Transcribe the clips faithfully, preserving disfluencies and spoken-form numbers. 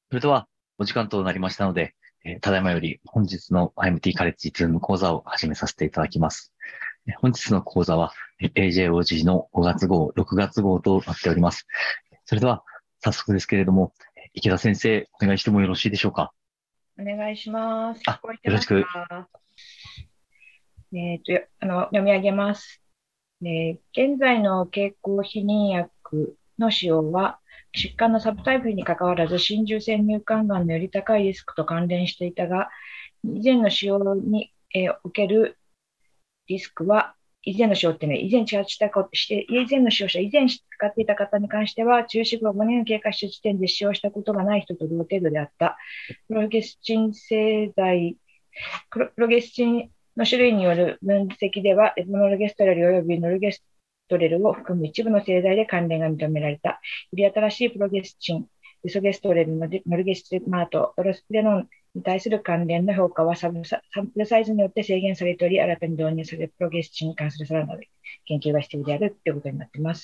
それでは、お時間となりましたので、えーただいまより本日の アイエムティー カレッジズーム講座を始めさせていただきます。えー本日の講座は、えー エージェーオージー のごがつ号、ろくがつ号となっております。それでは、早速ですけれども、えー池田先生、お願いしてもよろしいでしょうか。 お願いします。聞あ、 こえてますよろしく。 か？えっと、よあの、読み上げます。えー現在の経口避妊薬の使用は、疾患のサブタイプにかかわらず、浸潤性乳管がんのより高いリスクと関連していたが、以前の使用に、えーおけるリスクは、以前の使用っていうのは、以前使用したこして、以前の使用者、以前使っていた方に関しては、中止後ごねん経過した時点で使用したことがない人と同程度であった。プロゲスチン製剤プロゲスチンの種類による分析では、エゾノルゲストレル及びノルゲストレルを含む一部の製剤で関連が認められた。より新しいプロゲスチン、エソゲストレルのノルゲスマート、ドロスプレノンに対する関連の評価はサブササンプルサイズによって制限されており、新たに導入されるプロゲスチンに関するさらなる研究が必要であるということになっています。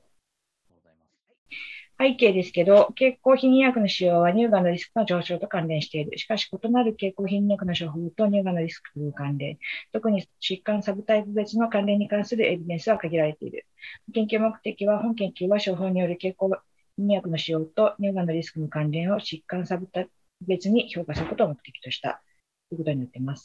背景ですけど、経口避妊薬の使用は乳がんのリスクの上昇と関連している。しかし、異なる経口避妊薬の処方と乳がんのリスクという関連、特に疾患サブタイプ別の関連に関するエビデンスは限られている。研究目的は、本研究は処方による経口避妊薬の使用と乳がんのリスクの関連を疾患サブタイプ別に評価することを目的としたということになっています。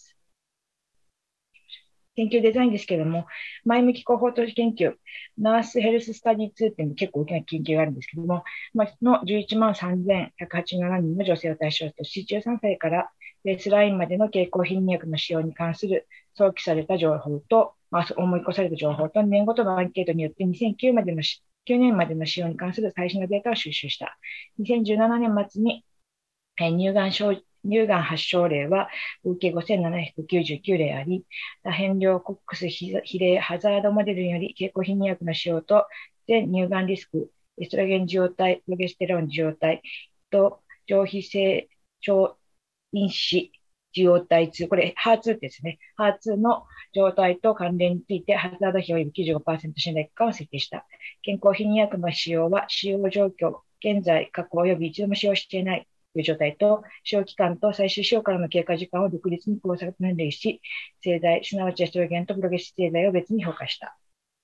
研究デザインですけれども、前向き広報投資研究、ナースヘルススタディツーっていう結構大きな研究があるんですけども、まあ、のじゅういちまんさんぜんひゃくはちじゅうななにんの女性を対象とし、じゅうさんさいからベースラインまでの経口避妊薬の使用に関する想起された情報と、まあ、思い越された情報と、年ごとのアンケートによってにせんきゅうまでのきゅうねんまでの使用に関する最新のデータを収集した。にせんじゅうななねん末に乳がん症乳がん発症例は合計ごせんななひゃくきゅうじゅうきゅう例あり、多変量コックス比例ハザードモデルにより経口避妊薬の使用と全乳がんリスク、エストロゲン受容体、プロゲステロン受容体と上皮性腸因子受容体に、これ エイチツー ですね。エイチツー の状態と関連についてハザード比及びきゅうじゅうごパーセント信頼感を設定した。健康避妊薬の使用は使用状況、現在、過去及び一度も使用していないという状態と、使用期間と最終使用からの経過時間を独立に考察分類し、製剤、すなわちエストロゲンとプロゲス製剤を別に評価した。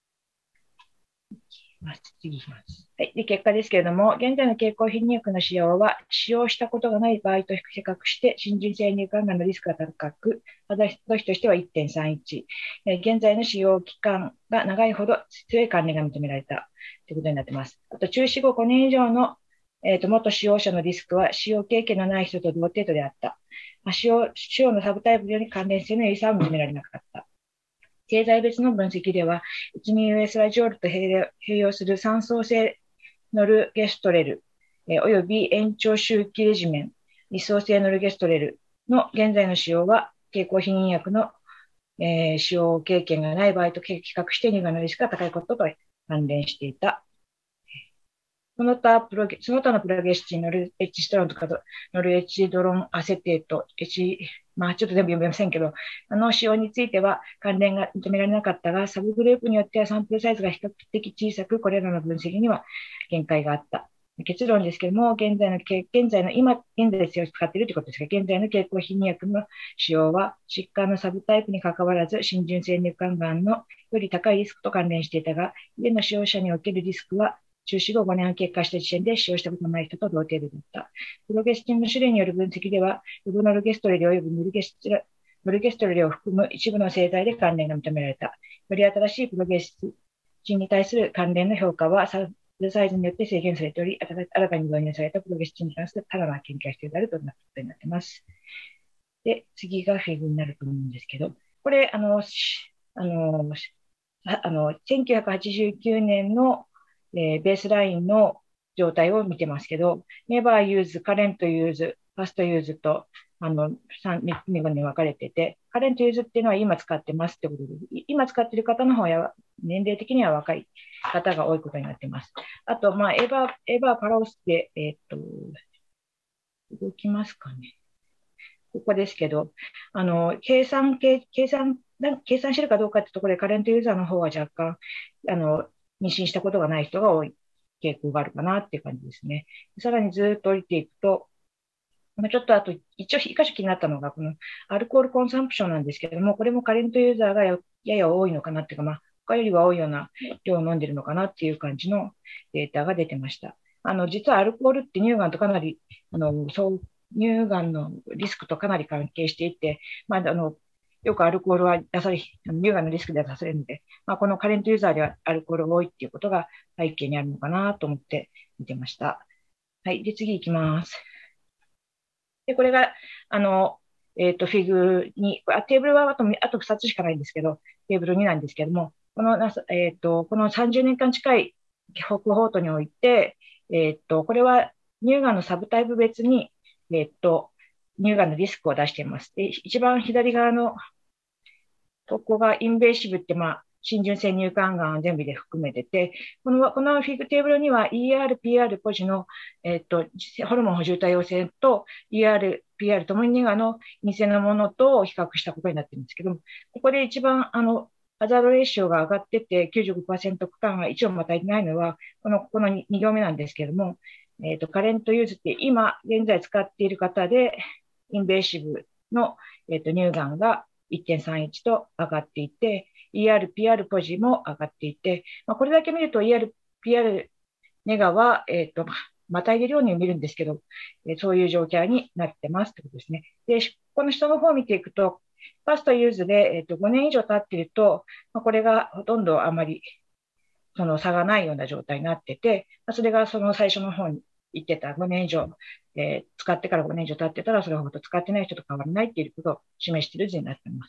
次いきます。はい。で、結果ですけれども、現在の経口避妊薬の使用は、使用したことがない場合と比較して、浸潤性乳管がんのリスクが高く、私としてはいってんさんいち。現在の使用期間が長いほど強い関連が認められたということになっています。あと、中止後ごねん以上の、えー、と元使用者のリスクは使用経験のない人と同程度であった。使用使用のサブタイプより関連性の有意差は認められなかった。経済別の分析では、いちミリユーエス ラジオールと併用する酸素性ノルゲストレル、えー、および延長周期レジメン、理想性ノルゲストレルの現在の使用は、経口避妊薬の、えー、使用経験がない場合と比較して乳がんのリスクが高いことと関連していた。その他プロゲその他のプロゲスチン、ノルエチストロンとかノルエチドロンアセテート、エチまあ、ちょっと全部読めませんけど、あの使用については関連が認められなかったが、サブグループによってはサンプルサイズが比較的小さく、これらの分析には限界があった。結論ですけども、現在の、現在の今、現在使っているということですが、現在の経口避妊薬の使用は、疾患のサブタイプにかかわらず、浸潤性乳管がんのより高いリスクと関連していたが、現の使用者におけるリスクは、中止後ごねん経過した時点で使用したことのない人と同程度だった。プロゲスチンの種類による分析では、ウブノルゲストレル及びムルゲスムルゲストレルを含む一部の製剤で関連が認められた。より新しいプロゲスチンに対する関連の評価は、サイズによって制限されており、新たに導入されたプロゲスチンに関する新たな研究が必要であるということになっています。で、次がフィグになると思うんですけど、これ、あの、あの、あのせんきゅうひゃくはちじゅうきゅうねんのえー、ベースラインの状態を見てますけど、never use, current use, past use と、あの、さん、みっつに分かれてて、current use っていうのは今使ってますってことで、今使ってる方の方は年齢的には若い方が多いことになってます。あと、まあ、エバー、エバーパラオスで、えーっと、動きますかね。ここですけど、あの、計算、計計算、計算してるかどうかってところで、カレントユーザーの方は若干、あの、妊娠したことがない人が多い傾向があるかなっていう感じですね。さらにずっと降りていくと、 まあ、ちょっとあと、一応一箇所気になったのが、このアルコールコンサンプションなんですけれども、これもカレントユーザーがややや多いのかなっていうか、まあ、他よりは多いような量を飲んでるのかなっていう感じのデータが出てました。あの、実はアルコールって乳がんとかなり、あの、そう、乳がんのリスクとかなり関係していて、まあ、あの、よくアルコールは出され、乳がんのリスクでは出されるので、まあ、このカレントユーザーではアルコールが多いっていうことが背景にあるのかなと思って見てました。はい。で、次行きます。で、これが、あの、えっと、フィグに、あテーブルはあと、あとふたつしかないんですけど、テーブルになんですけども、この、なえっと、このさんじゅうねんかん近い北法とにおいて、えっと、これは乳がんのサブタイプ別に、えっと、乳がんのリスクを出しています。で、一番左側のここがインベーシブって、まあ、浸潤性乳管がん全部で含めてて、この、このフィグテーブルには イーアール、ピーアール ポジの、えっと、ホルモン補充多様性と イーアール、ピーアール ともにネガの偽のものと比較したことになってるんですけど、ここで一番、あの、ハザードレーシオが上がっててきゅうじゅうごパーセント区間がいちをまたいでないのは、この、このに行目なんですけども、えっと、カレントユーズって今、現在使っている方で、インベーシブの、えっと、乳がんがいってんさんいちと上がっていて、イーアール、ピーアール ポジも上がっていて、まあ、これだけ見ると イーアール、ピーアール ネガは、えっと、またいでるように見るんですけど、えそういう状況になってますということですね。で、この下の方を見ていくと、ファーストユーズで、えっと、ごねん以上経っていると、まあ、これがほとんどあまりその差がないような状態になってて、まあ、それがその最初の方に言ってたごねん以上、えー、使ってからごねん以上経ってたら、それほど使ってない人と変わらないっていうことを示している図になっています。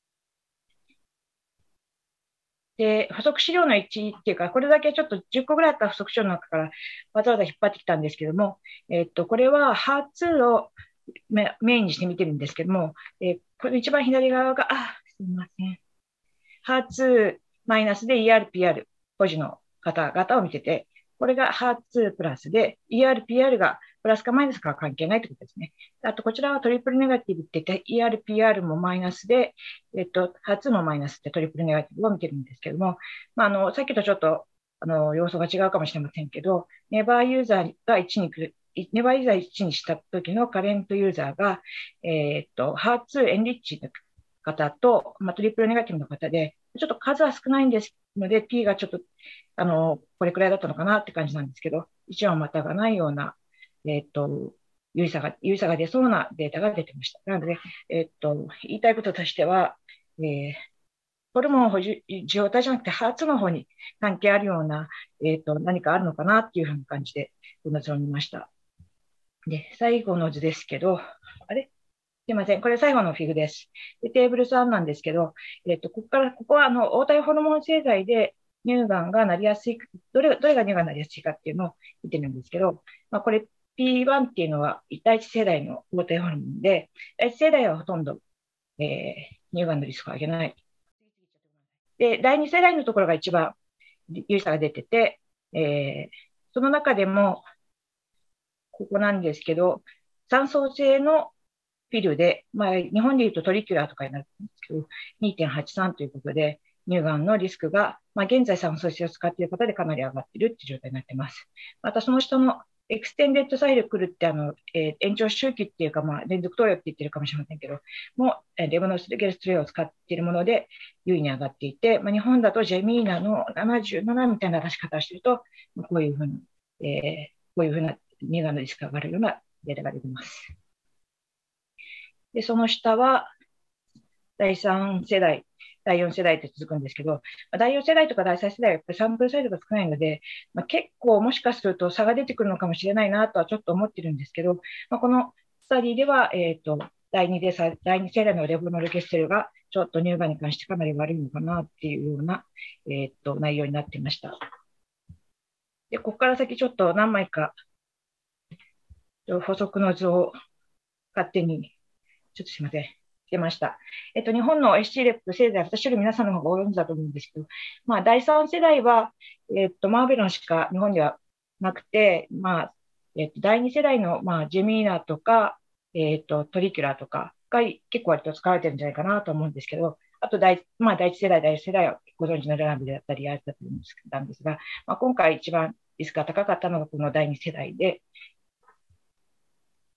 で、補足資料のいちっていうか、これだけちょっとじゅっこぐらいあった補足資料の中からわざわざ引っ張ってきたんですけども、えっと、これは エイチツー をメメインにして見てるんですけども、えー、これ一番左側が、あ、すみません。エイチツー マイナスで イーアール、ピーアール、保持の方々を見てて、これが エイチツー プラスで、イーアール、ピーアール がプラスかマイナスかは関係ないということですね。あと、こちらはトリプルネガティブって言って、イーアール、ピーアール もマイナスで、えっと、エイチツーもマイナスってトリプルネガティブを見てるんですけども、まあ、あの、さっきとちょっと、あの、要素が違うかもしれませんけど、ネバーユーザーがいちに来る、ネバーユーザーいちにした時のカレントユーザーが、えっと、エイチツー エンリッチの方と、まあ、トリプルネガティブの方で、ちょっと数は少ないんですので、P がちょっと、あの、これくらいだったのかなって感じなんですけど、いちはまたがないような、えっと、有意差が、有意差が出そうなデータが出てました。なので、えっと、言いたいこととしては、えー、ホルモン補充状態じゃなくて、ハーツの方に関係あるような、えっと、何かあるのかなっていうふうな感じで、この図を見ました。で、最後の図ですけど、あれすいません。これ最後のフィグです。で、テーブルさんなんですけど、えっと、ここから、ここは、あの、黄体ホルモン製剤で乳がんがなりやすい、どれ、どれが乳がんになりやすいかっていうのを見てるんですけど、まあ、これ ピーワン っていうのは第一世代の黄体ホルモンで、第一世代はほとんど、えー、乳がんのリスクを上げない。で、第二世代のところが一番有意差が出てて、えー、その中でも、ここなんですけど、酸素性のピルで、まあ、日本で言うとトリキュラーとかになるんですけど、にてんはちさんということで、乳がんのリスクが、まあ、現在酸素性を使っている方でかなり上がっているっていう状態になっています。またその下のエクステンデッドサイクルってあの、えー、延長周期っていうか、まあ、連続投与って言ってるかもしれませんけど、もう、えー、レボノスゲルストレイを使っているもので優位に上がっていて、まあ、日本だとジェミーナのななじゅうななみたいな出し方をしていると、こういうふうに、えー、こういうふうな乳がんのリスクが上がるようなデータが出ています。で、その下は、だいさん世代、だいよん世代って続くんですけど、だいよん世代とかだいさん世代はやっぱりサンプルサイズが少ないので、まあ、結構もしかすると差が出てくるのかもしれないなとはちょっと思ってるんですけど、まあ、このスタディでは、えっと、だいにでさ、だいに世代のレボノルゲステルがちょっと乳がんに関してかなり悪いのかなっていうような、えっと、内容になっていました。で、ここから先ちょっと何枚か補足の図を勝手に、ちょっとすいません。出ました。えっと、日本の エスシー レップ、せいぜい私より皆さんの方がご存知だと思うんですけど、まあ、だいさん世代は、えっと、マーベロンしか日本にはなくて、まあ、えっと、だいに世代の、まあ、ジェミーナとか、えっと、トリキュラーとかが結構割と使われてるんじゃないかなと思うんですけど、あと第、まあ、第一世代、第一世代はご存知のランブだったり、あれだったんですが、まあ、今回一番リスクが高かったのがこのだいに世代で、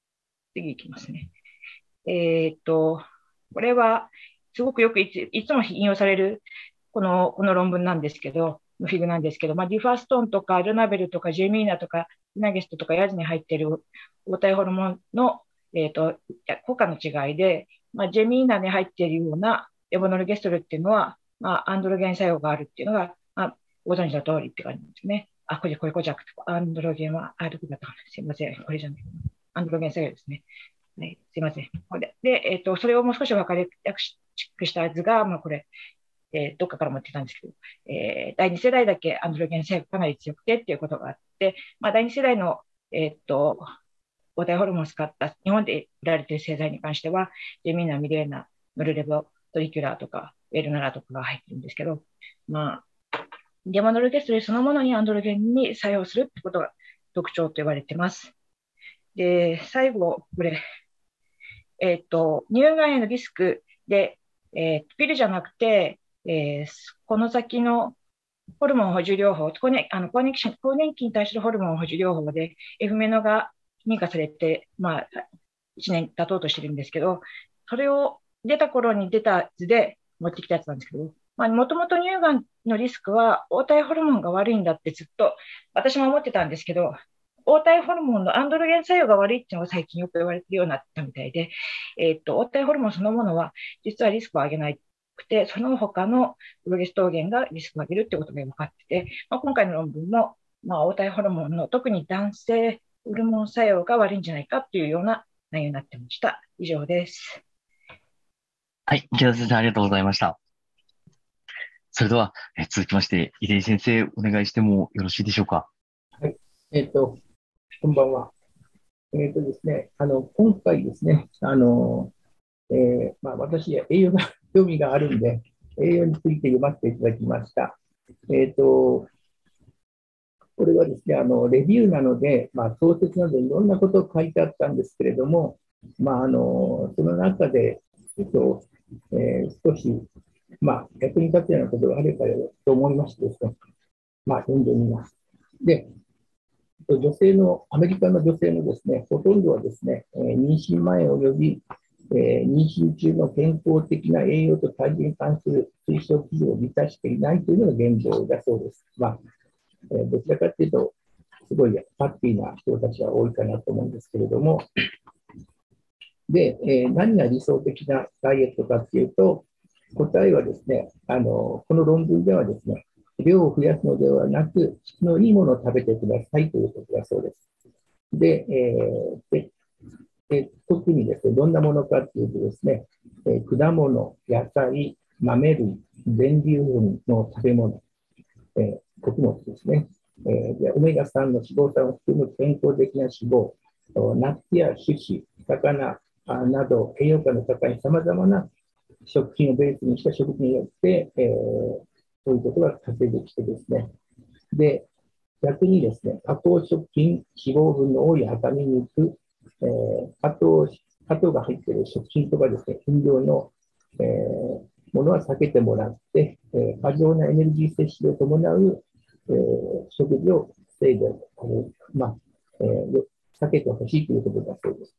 次いきますね。えーっと、これは、すごくよくいついつも引用される、この、この論文なんですけど、フィグなんですけど、まあ、デュファストンとか、ルナベルとか、ジェミーナとか、イナゲストとか、ヤズに入っている黄体ホルモンの、えーっと、効果の違いで、まあ、ジェミーナに入っているようなエボノルゲストルっていうのは、まあ、アンドロゲン作用があるっていうのが、まあ、ご存知の通りって感じですね。あ、これ、これ、これじゃなくて、アンドロゲンは、あ、どこだったかな。すいません。これじゃない。アンドロゲン作用ですね。はい、すいません。で、でえっ、ー、と、それをもう少し分かりやすくした図が、まあ、これ、えー、どっかから持ってきたんですけど、えー、だいに世代だけアンドロゲン成分がかなり強くてっていうことがあって、まあ、だいに世代の、えっ、ー、と、黄体ホルモンを使った日本で売られている製剤に関しては、ジェミーナ、ミレーナ、ノルレボ、トリキュラーとか、ウェルナラとかが入ってるんですけど、まあ、デマノルゲストレそのものにアンドロゲンに作用するってことが特徴と言われています。で、最後、これ、えっ、ー、と、乳がんへのリスクで、えー、ピルじゃなくて、えー、この先のホルモン補充療法、更年あの更年期更年期に対するホルモン補充療法で、エフメノが認可されて、まあ、いちねん経とうとしてるんですけど、それを出た頃に出た図で持ってきたやつなんですけど、もともと乳がんのリスクは黄体ホルモンが悪いんだってずっと私も思ってたんですけど、黄体ホルモンのアンドロゲン作用が悪いっていうのが最近よく言われているようになったみたいで、えー、っと、黄体ホルモンそのものは実はリスクを上げないくて、その他のプロゲストーゲンがリスクを上げるってことが分かってて、まあ、今回の論文も、まあ、黄体ホルモンの特に男性ホルモン作用が悪いんじゃないかっていうような内容になってました。以上です。 はい、池田先生ありがとうございました。それでは、え続きまして、出井先生、お願いしてもよろしいでしょうか。 はい。えっと、こんばんは。えっとですね、あの、今回ですね、あの、えー、まあ、私、栄養が興味があるんで、栄養について読ませていただきました。えっと、これはですね、あの、レビューなので、まあ、小説などいろんなことを書いてあったんですけれども、まあ、あの、その中で、えっと、えー、少し、まあ、役に立つようなことがあればと思いましてですね、まあ、読んでみます。で、女性の、アメリカの女性のですね、ほとんどはですね、妊娠前及び、えー、妊娠中の健康的な栄養と体重に関する推奨基準を満たしていないというのが現状だそうです。まあ、えー、どちらかというと、すごいハッピーな人たちが多いかなと思うんですけれども、で、えー、何が理想的なダイエットかっていうと、答えはですね、あの、この論文ではですね、量を増やすのではなく、質のいいものを食べてくださいということだそうです。で、えーでで特にですね、どんなものかというとですね、えー、果物、野菜、豆類、全粒粉の食べ物、えー、穀物ですね、えーで、オメガさんの脂肪酸を含む健康的な脂肪、ナッツや種子、魚など栄養価の高いさまざまな食品をベースにした食品によって、えー、そういうことが達成できてですね、で、逆にですね、加工食品、脂肪分の多い赤身肉、えー、加糖、加糖が入っている食品とかですね、飲料の、えー、ものは避けてもらって、えー、過剰なエネルギー摂取を伴う、えー、食事を防いで、まあえー、避けてほしいということだそうです。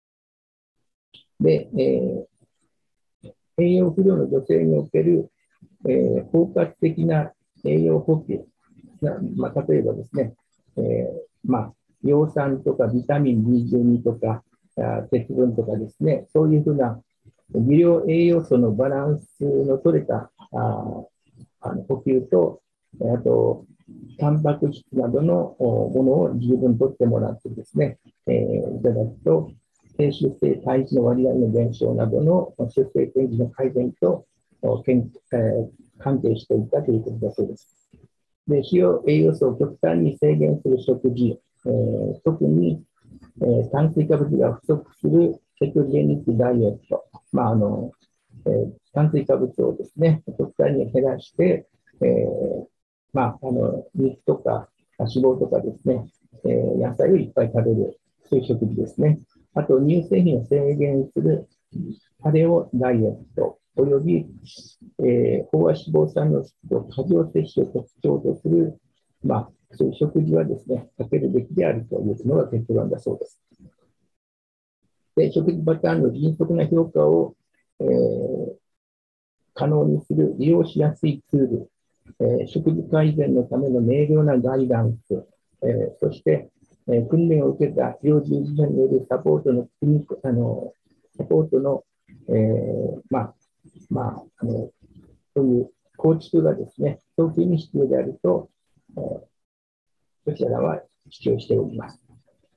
で、えー、栄養不良の女性における、えー、包括的な栄養補給、まあ、例えばですね、えーまあ、葉酸とかビタミン ビーじゅうに とか、鉄分とかですね、そういうふうな微量栄養素のバランスの取れたああの補給と、あと、タンパク質などのものを十分取ってもらってですね、えー、いただくと、低出生胎児の割合の減少などの出生転児の改善と、えー、関係していたということだそうです。で、主要栄養素を極端に制限する食事、えー、特に、えー、炭水化物が不足するケトジェニックダイエット、まああのえー、炭水化物をですね、極端に減らして、えーまあ、あの肉とか脂肪とかですね、えー、野菜をいっぱい食べる、そういう食事ですね。あと、乳製品を制限するパレオダイエット、および、えー、飽和脂肪酸の質と過剰摂取を特徴とする、まあ、そういう食事はですね、避けるべきであるというのが結論だそうです。 で、食事パターンの迅速な評価を、えー、可能にする利用しやすいツール、えー、食事改善のための明瞭なガイダンス、えー、そして、えー、訓練を受けた医療従事者によるサポートの、あのサポートの、えー、まあ、まあ、あの、そういう構築がですね、早急に必要であると、えー、こちらは主張しております。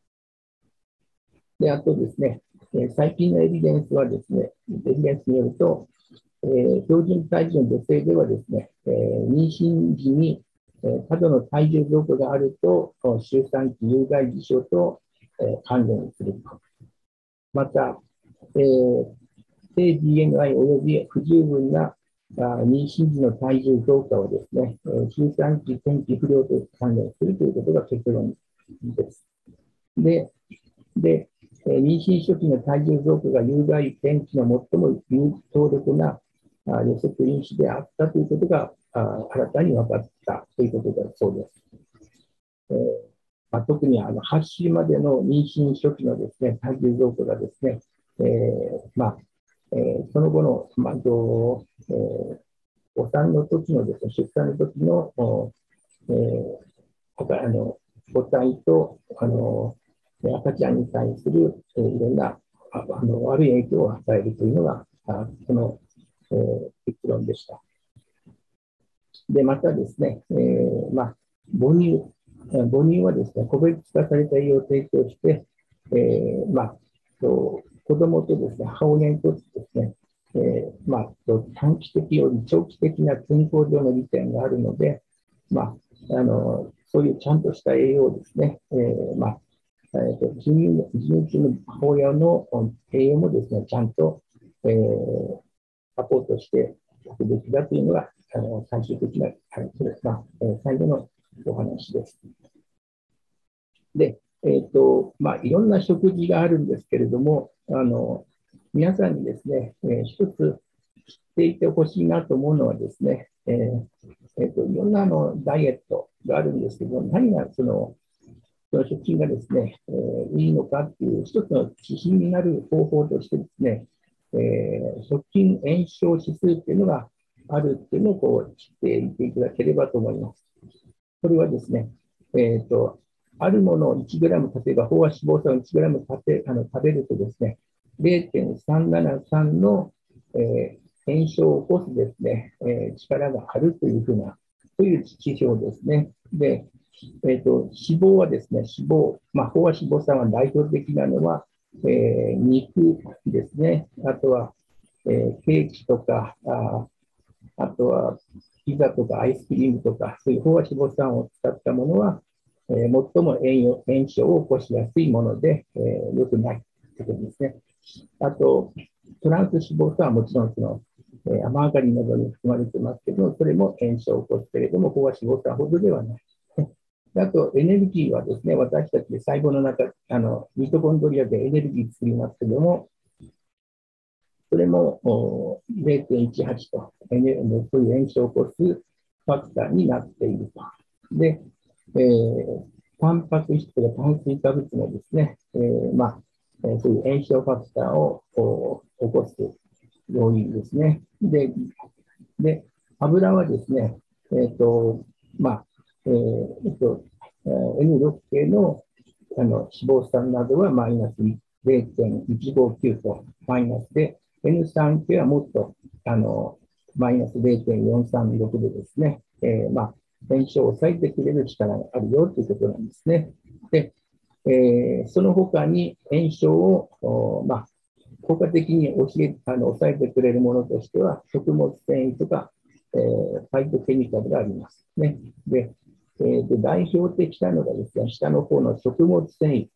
で、あとですね、えー、最近のエビデンスはですね、エビデンスによると、えー、標準体重の女性ではですね、えー、妊娠時に、えー、過度の体重増加があると、周産期有害事象と、えー、関連すると。また、えー、低 ディーエヌアイ および不十分なあ妊娠時の体重増加はですね、えー、周産期天気不良と関連するということが結論です。で、で妊娠初期の体重増加が有害天気の最も有強力な予測因子であったということが新たに分かったということだそうです。えーまあ、特にあの発疹までの妊娠初期のですね、体重増加がですね、えーまあえー、その後の、まあとえー、お産の時のですね、出産の時の、えー、あの母体とあの赤ちゃんに対する、えー、いろんなああの悪い影響を与えるというのが、あこの、えー、結論でした。で、またですね、えーまあ、母乳、母乳はですね、個別化された栄養を提供して、えーまあ、と子供とですね、母親にとってですね、えーまあ、短期的より長期的な健康上の利点があるので、まあ、あのそういうちゃんとした栄養をですね、えーまあえー、と授乳中の母親の栄養もですね、ちゃんと、えー、サポートしておくべきだというのが、あの最終的な、まあ、最後のお話です。で、えーとまあ、いろんな食事があるんですけれども、あの皆さんにですね、えー、一つ知っていてほしいなと思うのはですね、えーえーと、いろんなあのダイエットがあるんですけど、何がそのその食品がですね、えー、いいのかっていう一つの指標になる方法としてですね、えー、食品炎症指数っていうのがあるっていうのをこう知っていていただければと思います。これはですね、えーと、あるものをいちグラム、例えば飽和脂肪酸をいちグラム食べあの食べるとですね、れいてんさんななさんの、えー、炎症を起こすですね、えー、力があるというふうな、そういう指標ですね。で、えーと、脂肪はですね、脂肪、まあ、飽和脂肪酸は代表的なのは、えー、肉ですね、あとは、えー、ケーキとか、ああとはピザとかアイスクリームとか、そういう飽和脂肪酸を使ったものは、えー、最も炎症を起こしやすいもので、えー、良くないということですね。あと、トランス脂肪酸はもちろんその、えー、マーガリンなどに含まれていますけど、それも炎症を起こすけれども、飽和脂肪酸ほどではない。あと、エネルギーはですね、私たちで細胞の中、あのミトコンドリアでエネルギー作りますけども、それも れいてんいちはち と、そういう炎症を起こすファクターになっていると。で、えー、タンパク質とか炭水化物のですね、えー、まあ、そういう炎症ファクターを起こす要因ですね。で、で油はですね、えっ、ー、と、まあ、えー、えっと、エヌろく 系のあの脂肪酸などはマイナス れいてんいちごきゅう とマイナスで、エヌさん 系はもっとあのマイナス れいてんよんさんろく でですね、えー、まあ、炎症を抑えてくれる力があるよということなんですね。で、えー、その他に炎症を、まあ、効果的に教えあの抑えてくれるものとしては、食物繊維とか、えー、ファイトケミカルがありますね。で、えー、で代表的なのがですね、下の方の食物繊維。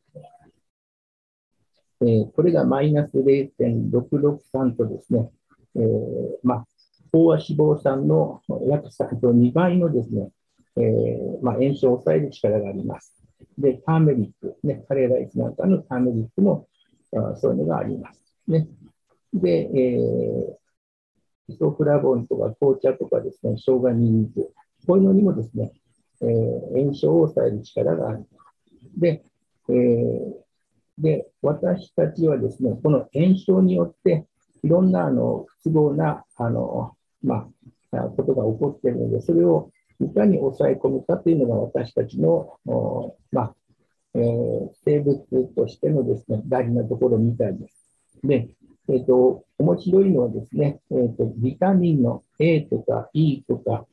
えー、これがマイナス れいてんろくろくさんとですね、えー、まあ、飽和脂肪酸の約にばいのですね、えー、まあ、炎症を抑える力があります。で、ターメリック、ね、カレーライスなんかのターメリックもあそういうのがあります。ね。で、えー、イソフラボンとか紅茶とかですね、生姜ニンニク、こういうのにもですね、えー、炎症を抑える力がある。で、えーで、私たちはですね、この炎症によって、いろんなあの不都合なあの、まあ、ことが起こっているので、それをいかに抑え込むかというのが私たちの、まあえー、生物としてのですね、大事なところみたいです。で、えっ、ー、と、面白いのはですね、えっ、ー、と、ビタミンの A とか E とか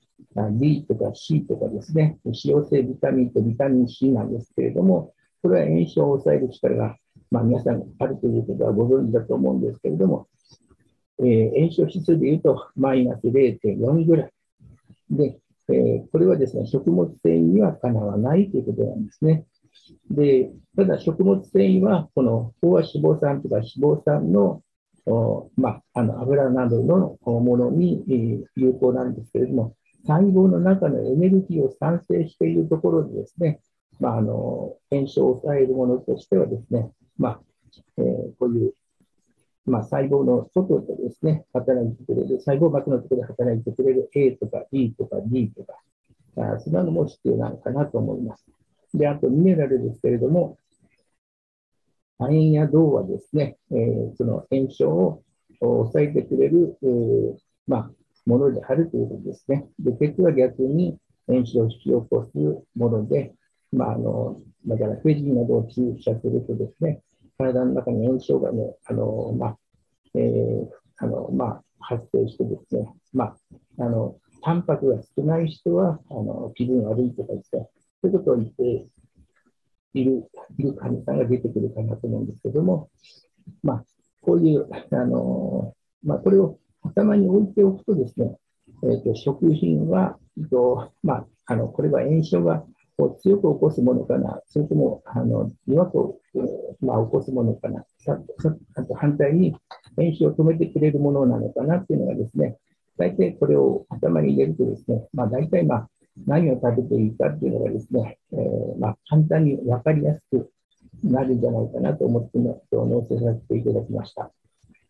D とか C とかですね、脂溶性ビタミンとビタミン C なんですけれども、これは炎症を抑える力が、まあ、皆さんあるということはご存知だと思うんですけれども、えー、炎症指数でいうとマイナス れいてんよん ぐらい。で、えー、これはですね、食物繊維にはかなわないということなんですね。で、ただ食物繊維は、この飽和脂肪酸とか脂肪酸の、まあ、あの油などのものに有効なんですけれども、細胞の中のエネルギーを産生しているところでですね、まあ、あの炎症を抑えるものとしてはですね、まあえー、こういう、まあ、細胞の外でですね、働いてくれる、細胞膜のところで働いてくれる A とか E とか D とか、あそんなのも必要なのかなと思います。で、あとミネラルですけれども、亜鉛や銅はですね、えー、その炎症を抑えてくれる、えー、まあ、ものであるということですね。で、鉄は逆に炎症を引き起こすもので、まあ、あの、だから、フェジンなどを注射するとですね、体の中に炎症がね、あの、まあ、えー、あの、まあ、発生してですね、まあ、あの、タンパクが少ない人は、あの、気分悪いとかですね、そういうことを言っている、いる患者さんが出てくるかなと思うんですけども、まあ、こういう、あの、まあ、これを頭に置いておくとですね、えーと、食品は、えーとまあ、あのこれは炎症がこう強く起こすものかな、それともあの弱く、まあ、起こすものかな、あと反対に炎症を止めてくれるものなのかなっていうのがですね、大体これを頭に入れるとですね、まあ、大体、まあ、何を食べていいかっていうのがですね、えーまあ、簡単に分かりやすくなるんじゃないかなと思っての載せさせていただきました。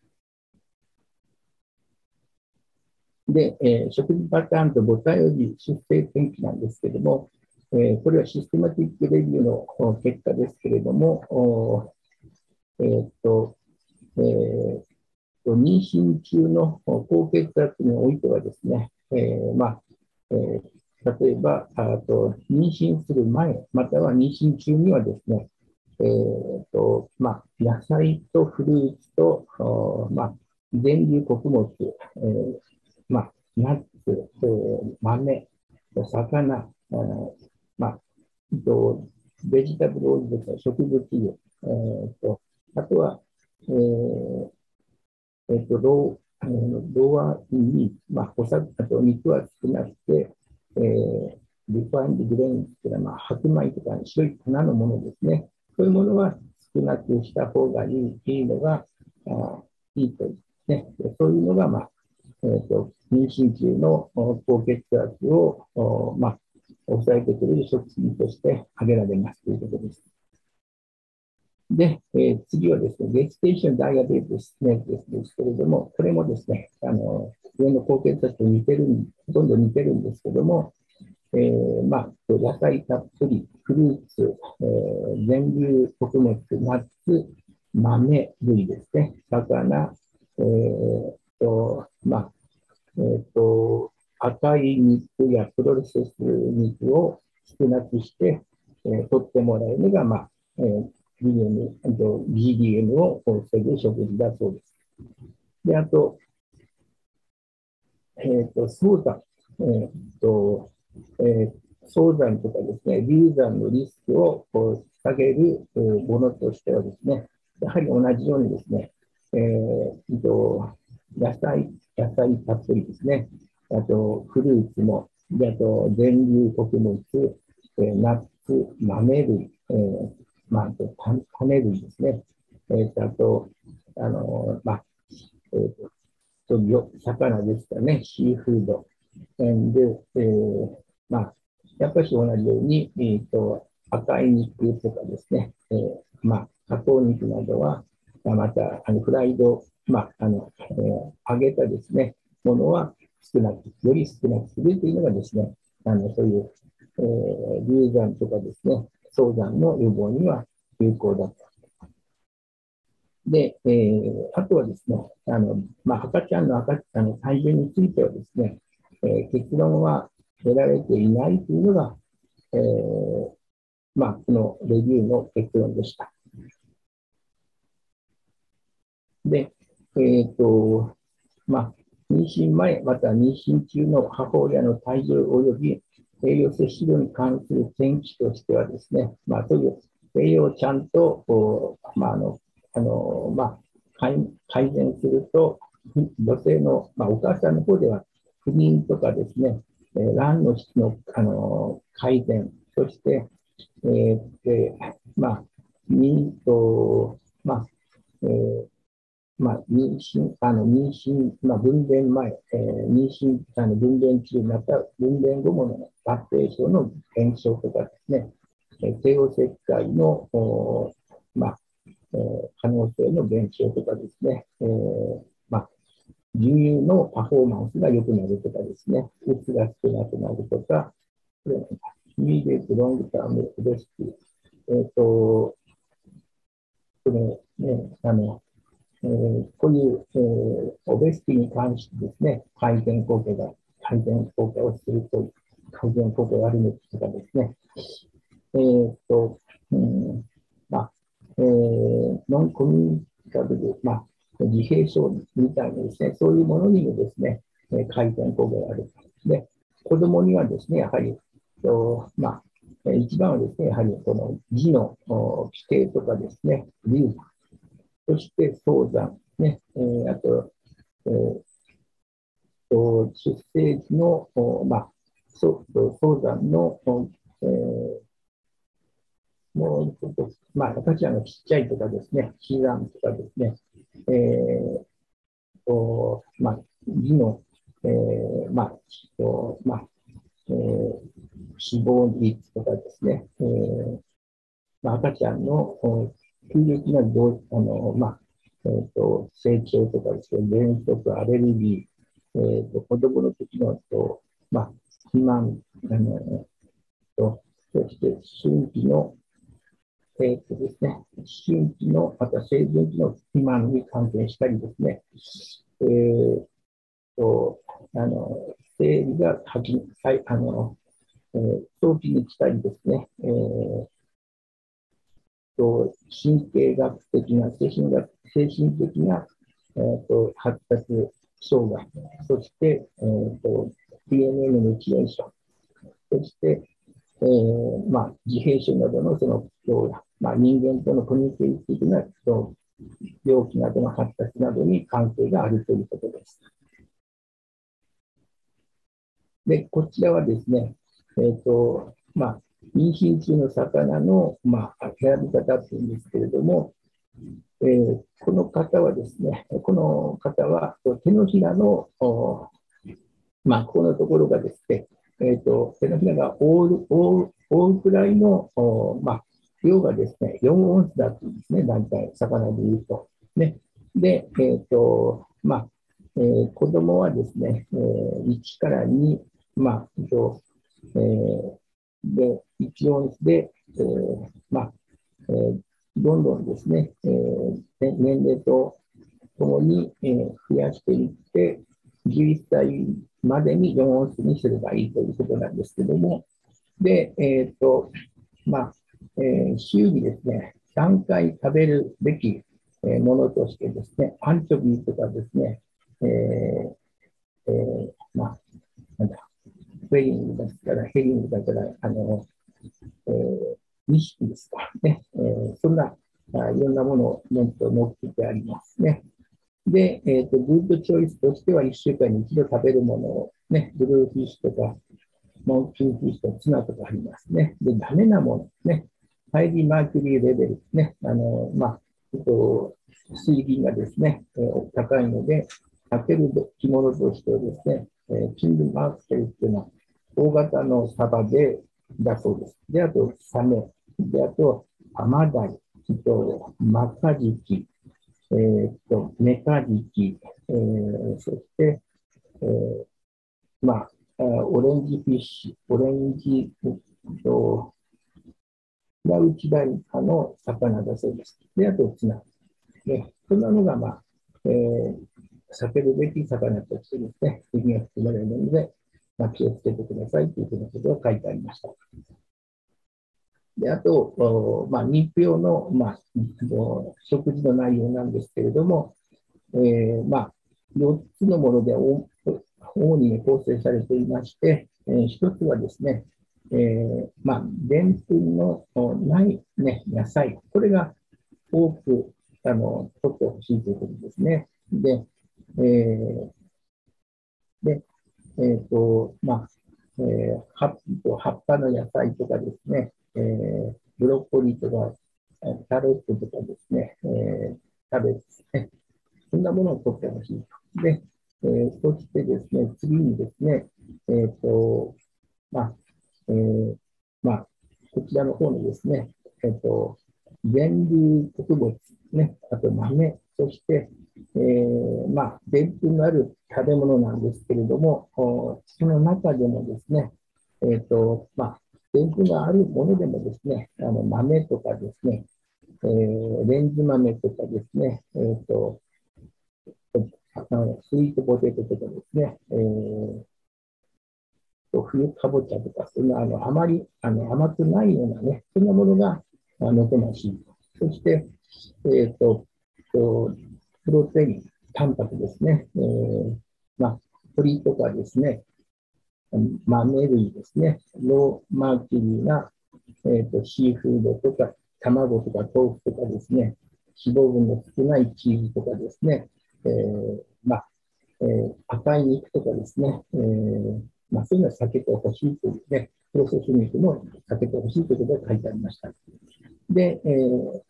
で、えー、食事パターンと母体及び出生天気なんですけれども、えー、これはシステマティックレビューの結果ですけれども、えー、っと、えー、妊娠中の高血圧においてはですね、えー、まあ、えー、例えばあと妊娠する前、または妊娠中にはですね、えーとまあ、野菜とフルーツと、まあ、全粒穀物、えーまあ、ナッツ、えー、豆、魚、えーまあ、とベジタブルオイルですね、植物油、えーと、あとは、えーえーとローローアに、まあ、おさあと肉は少なくて、えー、リファインドグレインというのは、まあ、白米とか白い粉のものですね。そういうものは少なくした方がいいいいのがあいいというね。そういうのが、まあえーと、妊娠中の高血圧を、まあ、抑えてくれる食品として挙げられますということです。で、えー、次はですね、ゲステーションダイアベーティスですけれども、これもですね、あの上の高血圧と似てる、ほとんど似てるんですけども、えー、まあ、野菜たっぷり、フルーツ、えー、全粒穀物、ナッツ、豆類ですね、魚、えーと、まあ、えーと、赤い肉やプロセス肉を少なくして、えー、取ってもらえるのが、まあ、えー ビーエム、ジーディーエム を防ぐ食事だそうです。で、あと、えっ、ー、と、早産、えっ、ー、と、えー、早産とかですね、流産のリスクをこう下げるものとしてはですね、やはり同じようにですね、えー、と野菜、野菜たっぷりですね、あとフルーツも、であと全粒穀物、えー、ナッツ、豆類、えーまあ、あと種類ですね、えー、あと、あのまあえーと魚ですかね、シーフード。で、えー、まあ、やっぱり同じように、えーと、赤い肉とかですね、えー、まあ、加工肉などは、また、あのフライド、まあ、あの、えー、揚げたですね、ものは少なく、より少なくするというのがですね、あの、そういう、えー、流産とかですね、早産の予防には有効だとで、えー、あとはですね、あの、まあ、赤ちゃんの赤あの体重についてはですね、えー、結論は得られていないというのが、えー、まあ、このレビューの結論でした。で、えっと、まあ、妊娠前、または妊娠中の母親の体重及び栄養摂取量に関する転機としてはですね、まあ、そういう栄養をちゃんと、まあ、あの、あの、まあ、改改善すると、女性の、まあ、お母さんの方では、不妊とかですね、えー卵の質の、あの改善、そして、えーえーまあ、妊と、まあ、えーまあ、妊娠、あの妊娠、まあ、分娩前、えー妊娠、あの分娩中、また分娩後もの合併症の減少とかですね、えー帝王切開の、おまあえー可能性の減少とかですね、えーまあ、授乳のパフォーマンスが良くなるとかですね、うつが少なくなるとか、イミデートロングタームレスキュー、えっ、と、これね、あの、えーこういう、えーオベシティに関してですね、改善効果が、改善効果をすると、改善効果があるのとかですね、えーっと、うん、まあ、えーノンコミュニカブル、まあ、自閉症みたいなですね、そういうものにもですね、えー改善効果がある。で、子供にはですね、やはり、とまあ、えー一番はですね、やはりこの字のお規定とかですね、リズム、そして早産、ね、えーあと、えーと出生時の、おまあ、そう早産の、おえーもうちょっと、まあ、赤ちゃんがちっちゃいとかですね、死産とかですね、えーとまあ、字の、えーまあとまあえー死亡率とかですね、えーまあ、赤ちゃんのお急激などうあの、まあえーと、成長とかですね、喘息、アレルギー、えーと、子供の時のと、まあ、肥満、あのと、そして周期のえっとですね、思春期の、また成人期の肥満に関係したりですね、えーと、あの、生理が先に、はいあの、えー早期に来たりですね、えーと、神経学的な、精神学、精神的な、えーと、発達障害、そして、えーと、ディーエヌエー のミュテーション、そして、えーまあ、自閉症などのその、まあ、人間とのコミュニケーション的な病気などの発達などに関係があるということです。で、こちらはですね、えっ、と、まあ、妊娠中の魚の、まあ、選び方っていうんですけれども、えーこの方はですね、この方は手のひらの、まあ、ここのところがですね、えっ、と、手のひらが覆う覆う覆うくらいの、まあ、量がですね、よんオンスだっていうんですね、大体、魚で言うと。ね。で、えっ、と、まあ、えー子供はですね、えーいちからに、まあ、えっとえーで、いちオンスで、えーまあ、えーどんどんですね、えー年齢とともに、えー増やしていって、じゅういっさいまでによんオンスにすればいいということなんですけども、で、えっ、と、まあ、えー週にですね、さんかい食べるべきえーものとしてですね、アンチョビとかですね、えーえーまあ、なんだ、フェリングですから、ヘリングだから、あの、えー、にひきですかね、えーそんな、あいろんなものを念頭に載ってありますね。で、えっ、と、グッドチョイスとしては、いっしゅうかんに一度食べるものを、ね、ブルーフィッシュとか、モンキーフィッシュとかツナとかありますね。で、ダメなもの、ね、ハイリーマーキュリーレベル、ね、あの、まあ、えっと、水銀がですね、えー高いので、避ける着物としてはですね、えーキングマークセルっていうのは、大型のサバで、だそうです。で、あと、サメ。で、あと、アマダイ、えっと、マカジキ、えーっと、メカジキ、えーそして、えーまあ、あオレンジフィッシュ、オレンジ、えっと、ラウチダイ科の魚だそうです。で、あと、ツナ。 ね、そんなのが、まあ、えー、避けるべき魚としてですね、敵が含まれるので、まあ、気をつけてくださいというふうなことが書いてありました。で、あと、まあ、日表の、まあ、食事の内容なんですけれども、えー、まあ、よっつのもので主に構成されていまして、えー、ひとつはですね、えー、まあ、でんぷんのない、ね、野菜、これが多くあの取ってほしいということですね。で、えー、でえーとまあえー、葉っぱの野菜とかですね、えー、ブロッコリーとか、キャロットとかですね、えー、キャベツですね、そんなものを取ってほしいと。で、えー、そしてですね、次にですね、えーとまあえーまあ、こちらの方にですね、えーと全粒穀物、ね、あと豆、そして、えーまあ、でんぷんのある食べ物なんですけれども、その中でもですね、えーとまあ、でんぷんがあるものでもですね、あの豆とかですね、えー、レンズ豆とかですね、えーとあのスイートポテトとかですね、えー冬かぼちゃとか、そんなあのあまりあの甘くないようなね、そんなものがのてましい。そして、えーと、とプロテイン、タンパクですね、えーまあ、鶏とかですね、豆類ですね、ローマーキュリーな、えーと、シーフードとか、卵とか豆腐とかですね、脂肪分の少ないチーズとかですね、えーまあえー、赤い肉とかですね、えーまあ、そういうのは避けてほしいというね、プロセス肉も避けてほしいということが書いてありました。で、えー、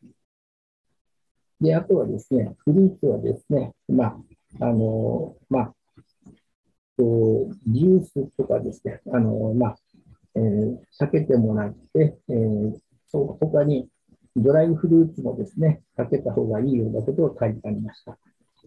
であとはですね、フルーツはですね、まあ、あのー、まあ、ジュースとかですね、あのー、まあ、えー、避けてもらって、えー、そ他にドライフルーツもですね、避けた方がいいようなことを書いてありました。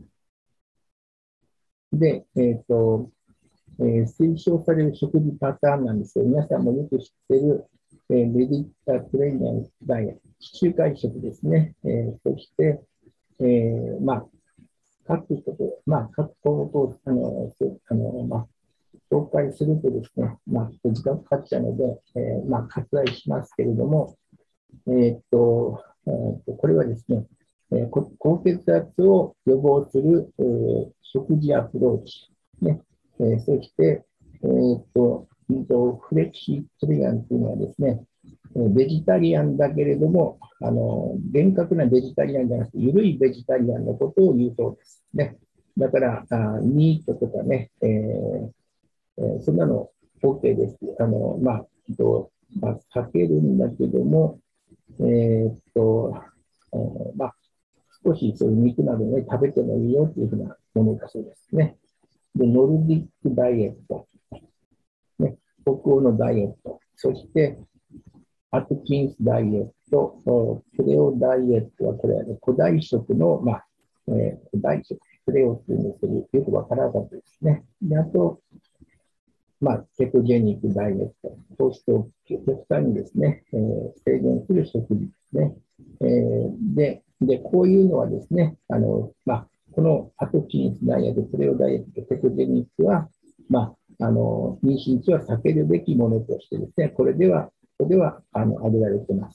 で、えっ、ー、と、えー、推奨される食事パターンなんですよ。皆さんもよく知っている、えー、メディターレーニアンダイエット、地中海食ですね。えー、そして、えー、まあ、各こと、まあ、各ことを、あの、あのまあ、紹介するとですね、まあ、時間かかっちゃうので、えー、まあ、割愛しますけれども、えー、っと、えー、っと、これはですね、えー、高血圧を予防する、えー、食事アプローチ、ね、えー、そして、えー、っと、フレキシトリアンというのはですね、ベジタリアンだけれども、あの厳格なベジタリアンじゃなくて、緩いベジタリアンのことを言うそうですね。だから、あミートとかね、えーえー、そんなの OK です。あのまあとまあ、避けるんだけども、えー、っと、えー、まあ、少しそういう肉などね、食べてもいいよというふうなものだそうですね。で、ノルディックダイエット、ね、北欧のダイエット、そして、アトキンスダイエット、プレオダイエットは、これは、ね、古代食の、まあ、えー、古代食、プレオっていうんですけど、よくわからなかったですね。で、あと、まあ、ケトジェニックダイエット、糖質を極端にですね、えー、制限する食事ですね。えー、でで、こういうのはですね、あのまあ、このアトキンスダイエット、プレオダイエット、ケトジェニックは、まあ、あの妊娠中は避けるべきものとしてですね、これでは、ここではあの挙げられています。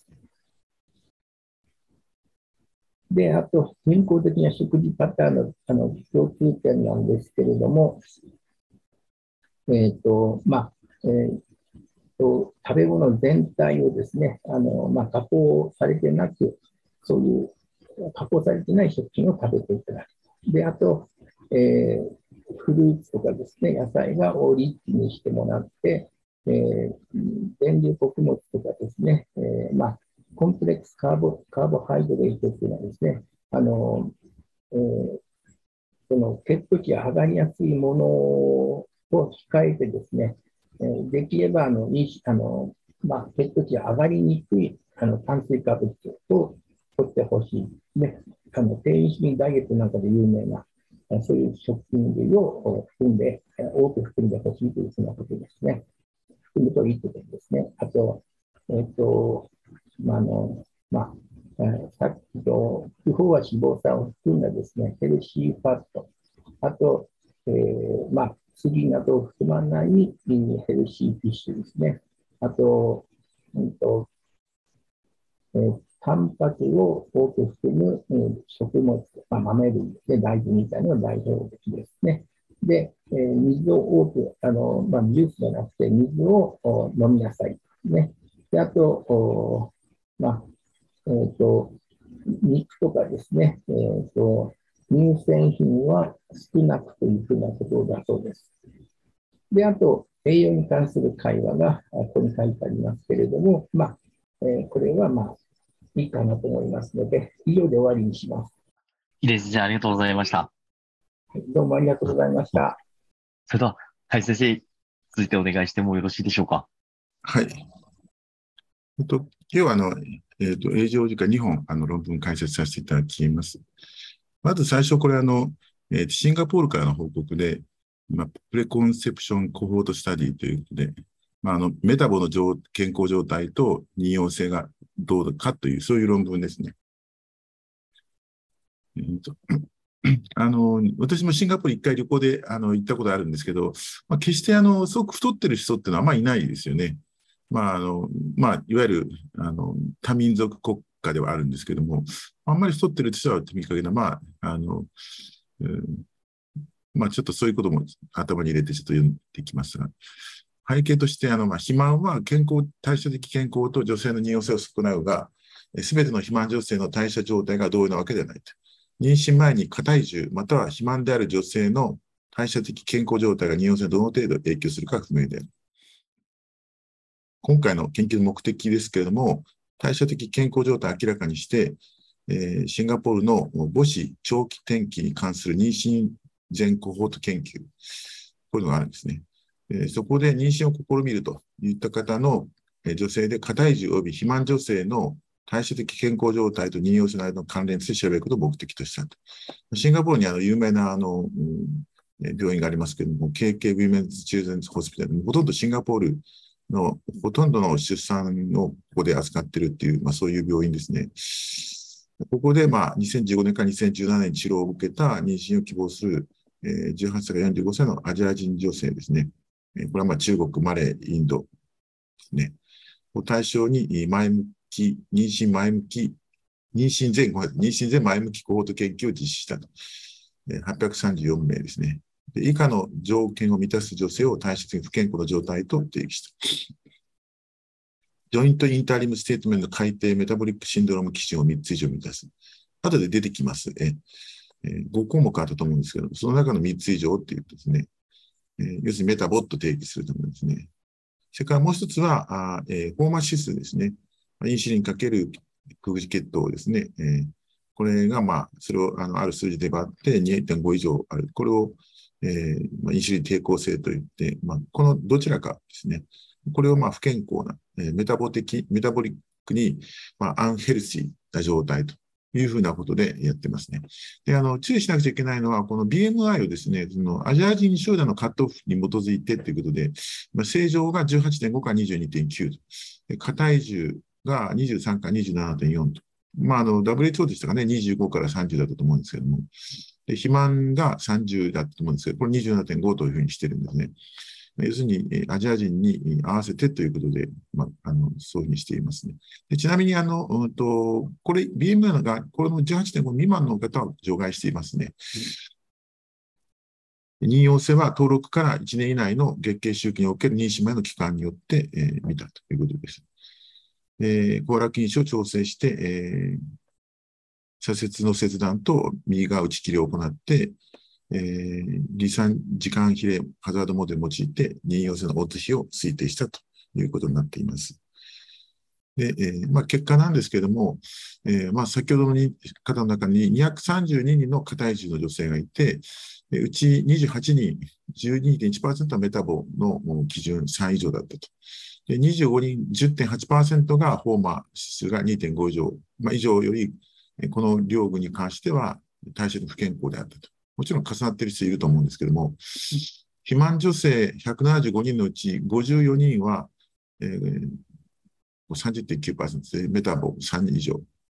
で、あと、人工的な食事パターンのあの共通点なんですけれども、えっ、ー、と、まあ、えーと食べ物全体をですね、あのまあ、加工されてなく、そういう加工されてない食品を食べていただく。で、あと、えー、フルーツとかですね、野菜がをリッチにしてもらって、えー、全粒穀物とかですね、えー、まあ、コンプレックスカーボカーボハイドレートっていうのはですね、あの、えー、その血糖値が上がりやすいものを控えてですね、できればあのあの、まあ、血糖値が上がりにくいあの炭水化物を取ってほしい。で、あの低インスリンダイエットなんかで有名な、そういう食品類を含んで、多く含んでほしいというふうなことですね。含むといいということですね。あと、えっ、ー、と、まあ、あの、まあ、 さっきと不飽和脂肪酸を含んだですね、ヘルシーファット、あと、えー、まあ、杉などを含まないヘルシーフィッシュですね。あと、うんとえー、タンパクを多く含む、うん、食物、まあ、豆類ですね、大豆みたいなのが代表的ですね。で、えー、水を多く、あの、まあ、ジュースじゃなくて水を飲みなさいですね。で、あと、まあ、えっ、ー、と、肉とかですね、えっ、ー、と、乳製品は少なくというふうなことだそうです。で、あと、栄養に関する会話がここに書いてありますけれども、まあ、えー、これはまあ、いいかなと思いますので、以上で終わりにします。 いいです。じゃあ、ありがとうございました。 どうもありがとうございました。 それでは、はい、先生、続いてお願いしてもよろしいでしょうか。 はい。えっと、今日はあの、えっと、永住時間にほん、あの、論文解説させていただきます。まず最初、これあの、えー、シンガポールからの報告で、まあ、プレコンセプションコホートスタディということで、まあ、あの、メタボの健康状態と妊用性がどうかという、そういう論文ですね。えーとあの、私もシンガポール一回旅行であの行ったことあるんですけど、まあ、決してあの、すごく太ってる人っていうのはあんまりいないですよね。まあ、あの、まあ、いわゆる、あの、多民族国家ではあるんですけども、あんまり太ってる人は見かけない。まあ、あの、うん、まあ、ちょっとそういうことも頭に入れてちょっと読んでいきますが、背景として、あの、まあ、肥満は健康、代謝的健康と女性の妊用性を少ないうが、すべての肥満女性の代謝状態が同様なわけではないと。妊娠前に過体重、または肥満である女性の代謝的健康状態が妊用性にどの程度影響するか不明である。今回の研究の目的ですけれども、代謝的健康状態を明らかにして、えー、シンガポールの母子長期転機に関する妊娠前コホート研究、こういうのがあるんですね。えー、そこで妊娠を試みるといった方の女性で過体重及び肥満女性の代謝的健康状態と妊用性の間の関連について調べることを目的としたと。シンガポールにあの有名なあの、うん、病院がありますけれども、ケーケー Women's Children's Hospital、ほとんどシンガポールのほとんどの出産をここで扱っているっていう、まあ、そういう病院ですね。ここで、まあ、にせんじゅうごねんからにせんじゅうななねんに治療を受けた妊娠を希望する、えー、じゅうはっさいからよんじゅうごさいのアジア人女性ですね。えー、これはまあ中国、マレー、インドですね。を対象に前向き、妊娠前向き、妊娠前、妊娠前前向きコホート研究を実施したと。はっぴゃくさんじゅうよんめいですね。で以下の条件を満たす女性を代謝的不健康な状態と定義した。ジョイントインターリムステートメントの改定メタボリックシンドローム基準をみっつ以上満たす。後で出てきます。ええごこうもくあったと思うんですけど、その中のみっつ以上っていうとですね、え要するにメタボット定義するためですね。それからもう一つは、あえー、フォーマ指数ですね。インシュリンかける空気血糖ですね。えー、これが、まあ、それをあのある数字で割って にてんご 以上ある。これを、えーまあ、インシュリン抵抗性といって、まあ、このどちらかですね。これをまあ不健康な、えー、メタボ的、メタボリックに、まあ、アンヘルシーな状態というふうなことでやってますね。で、あの、注意しなくちゃいけないのは、この ビーエムアイ をですね、そのアジア人集団のカットオフに基づいてということで、まあ、正常が じゅうはちてんご から にじゅうにてんきゅう と、過体重がにじゅうさんから にじゅうななてんよん と。まあ、あの、ダブリューエイチオー でしたかね、にじゅうごからさんじゅうだったと思うんですけども、で肥満がさんじゅうだったと思うんですけど、これ にじゅうななてんご というふうにしてるんですね。要するに、アジア人に合わせてということで、まあ、あのそういうふうにしていますね。でちなみに、あの、うんと、これ、ビーエムアイ が、これの じゅうはちてんご 未満の方は除外していますね。妊用性は登録からいちねん以内の月経周期における妊娠前の期間によって、えー、見たということです。えー、行楽因子を調整して、えー、左折の切断と右側打ち切りを行って、えー、離散時間比例ハザードモデルを用いて妊用性のオッズ比を推定したということになっています。で、えーまあ、結果なんですけれども、えーまあ、先ほどの方の中ににひゃくさんじゅうににんの過体重の女性がいて、うちにじゅうはちにん、じゅうにてんいちパーセント はメタボの基準さん以上だったと。でにじゅうごにん、じゅってんはちパーセント がフォーマー指数が にてんご 以上、まあ、以上より、この両群に関しては代謝の不健康であったと。もちろん重なっている人いると思うんですけども、肥満女性ひゃくななじゅうごにんのうちごじゅうよにんは、えー、さんじゅってんきゅうパーセント でメタボさん以上。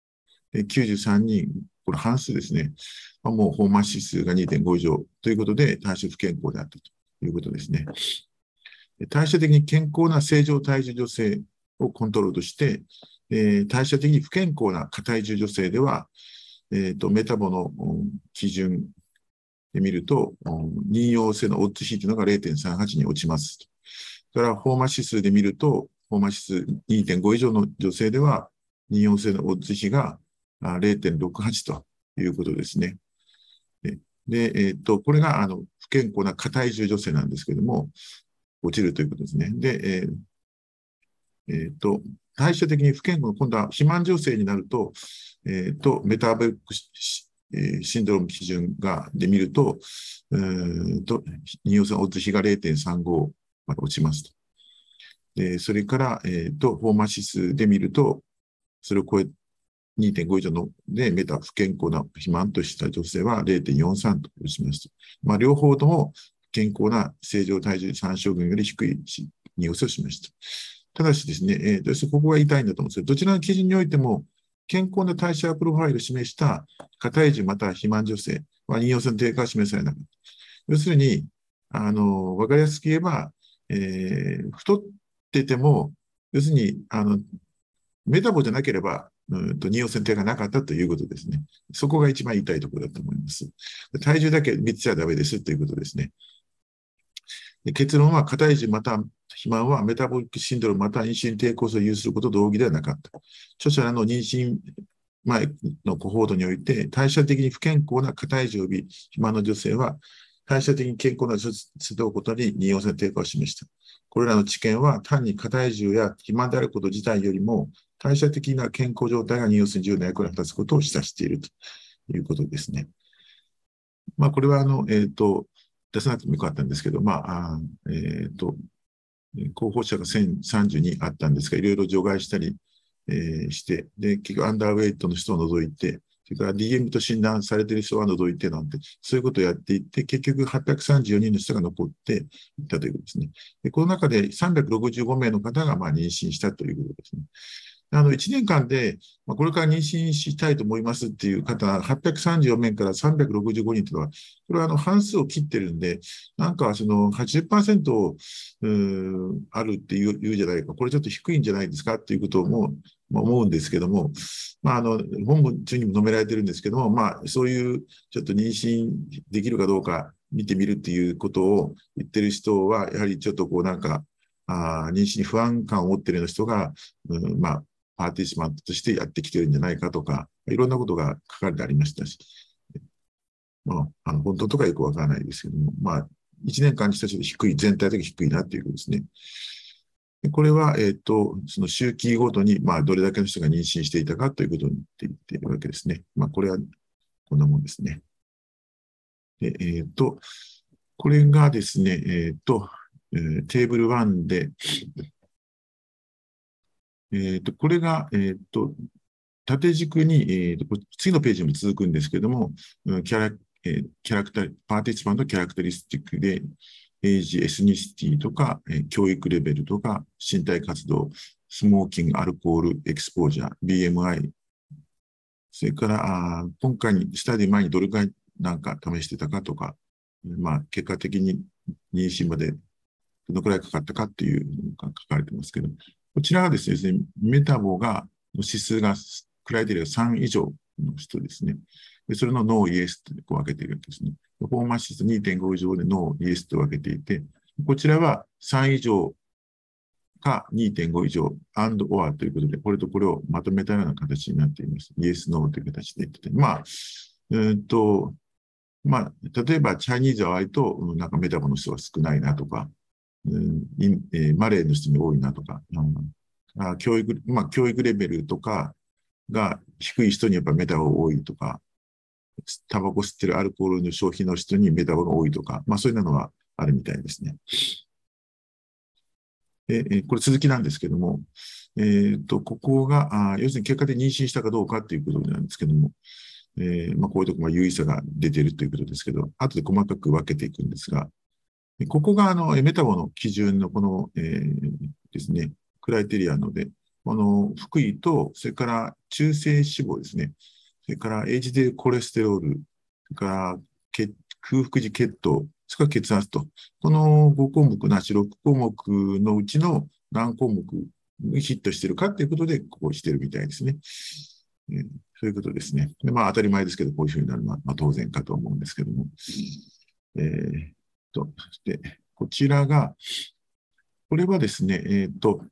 できゅうじゅうさんにん、これ半数ですね。もうホーマ指数が にてんご 以上ということで、代謝不健康であったということですね。代謝的に健康な正常体重女性をコントロールして、えー、代謝的に不健康な過体重女性では、えーと、メタボの基準で見ると、妊用性のオッズ比というのが れいてんさんはち に落ちます。それから、ホーマ指数で見ると、ホーマ指数 にてんご 以上の女性では、妊用性のオッズ比が れいてんろくはち ということですね。で、えっと、これがあの不健康な過体重女性なんですけども、落ちるということですね。で、えーえー、と代謝的に不健康、今度は肥満女性になると、えー、とメタボリックシンドローム基準がで見ると、えー、と妊用性のオッズ比が れいてんさんご まで落ちますと。でそれから、えー、とフォーマ指数で見ると、それを超え にてんご 以上のでメタ不健康な肥満とした女性は れいてんよんさん と落ちますと。まあ、両方とも健康な正常体重参照群より低い妊用性をしました。ただしですね、えー、ここが言いたいんだと思うんですけど、どちらの基準においても、健康な代謝プロファイルを示した過体重または肥満女性は妊用性の低下が示されなかった。要するに、あの、わかりやすく言えば、えー、太ってても、要するに、あの、メタボじゃなければ、うんと妊用性の低下がなかったということですね。そこが一番言いたいところだと思います。体重だけ見つちゃダメですということですね。で結論は、過体重または肥満はメタボリックシンドロームまたは妊娠抵抗性を有することと同義ではなかった。著者らの妊娠前のコホートにおいて、代謝的に不健康な過体重及び肥満の女性は、代謝的に健康な女性であることに妊用性の低下を示した。これらの知見は単に過体重や肥満であること自体よりも、代謝的な健康状態が妊用性に重要な役割を果たすことを示唆しているということですね。まあ、これはあの、えっと、出さなくてもよかったんですけど、まあ、あえっと、候補者がせんさんじゅうにあったんですが、いろいろ除外したり、えー、して、で、結局アンダーウェイトの人を除いて、それから ディーエム と診断されている人は除いてなんて、そういうことをやっていって、結局はっぴゃくさんじゅうよにんの人が残っていったということですね。でこの中でさんびゃくろくじゅうごめいの方がまあ妊娠したということですね。あのいちねんかんで、まあ、これから妊娠したいと思いますっていう方、はっぴゃくさんじゅうよんめいからさんびゃくろくじゅうごにんというのは、これはあの半数を切ってるんで、なんかその はちじゅっパーセント あるっていう言うじゃないか、これちょっと低いんじゃないですかっていうことも思うんですけども、まあ、あの本文中にも述べられてるんですけども、まあ、そういうちょっと妊娠できるかどうか見てみるっていうことを言ってる人は、やはりちょっとこうなんか、あ妊娠に不安感を持っているような人が、うん、まあ、パーティシパントとしてやってきてるんじゃないかとか、いろんなことが書かれてありましたし、まあ、あの本当とかよくわからないですけども、まあ、いちねんかんにしてはちょっと低い、全体的に低いなということですね。でこれは、えっと、その周期ごとに、まあ、どれだけの人が妊娠していたかということに言っているわけですね。まあ、これはこんなもんですね。で、えっと、これがですね、えっと、えー、テーブルいちで、えっと、これが、えっと、縦軸に、えー、次のページも続くんですけども、キャラ、えー、キャラクター、パーティシパントキャラクタリスティックで、エイジ、エスニシティとか、えー、教育レベルとか、身体活動、スモーキング、アルコール、エクスポージャー、ビーエムアイ、それから、あ今回に、スタディ前にどれくらいなんか試してたかとか、まあ、結果的に妊娠までどのくらいかかったかっていうのが書かれてますけど、こちらはですね、メタボが、指数がクライテリアさん以上の人ですね。でそれのノー、イエスと分けているわけですね。フォーマ指数 にてんご 以上でノー、イエスと分けていて、こちらはさん以上か にてんご 以上、アンドオアということで、これとこれをまとめたような形になっています。イエス、ノーという形で言ってて。まあ、えー、っと、まあ、例えば、チャイニーズは割と、うん、なんかメタボの人が少ないなとか、うんえー、マレーの人に多いなとか、うん、あ教育、まあ、教育レベルとかが低い人にやっぱメタボが多いとか、タバコ吸ってるアルコールの消費の人にメタボが多いとか、まあ、そういうのはあるみたいですね。でこれ続きなんですけども、えー、とここがあ、要するに結果で妊娠したかどうかということなんですけども、えーまあ、こういうところが優位差が出ているということですけど、後で細かく分けていくんですが、ここがあのメタボの基準のこの、えー、ですね、クライテリアので、 この腹囲と、それから中性脂肪ですね。それから エイチディーエル コレステロール、それから血空腹時血糖、それから血圧と。このご項目なしろく項目のうちの何項目にヒットしてるかっていうことで、こうしてるみたいですね。えー、そういうことですね。でまあ当たり前ですけど、こういうふうになるのは、まあ、当然かと思うんですけども。えー、と、そして、こちらが、これはですね、えっと、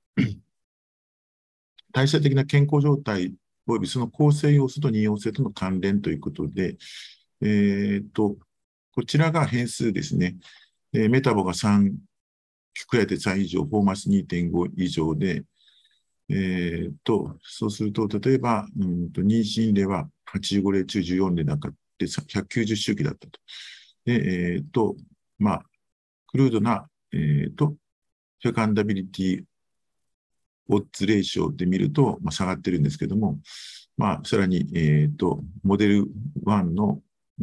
代謝的な健康状態およびその構成要素と任用性との関連ということで、えっと、こちらが変数ですね。えー、メタボがさん、クライテさん以上、フォーマス にてんご 以上で、えっと、そうすると、例えば、うんと妊娠例ははちじゅうごれい中じゅうよんれいなかってひゃくきゅうじゅう周期だったと。で、えっと、まあ、クルードな、えっと、フェカンダビリティオッズレーションで見ると、まあ、下がってるんですけども、まあ、さらに、えっと、モデルいちの、うん、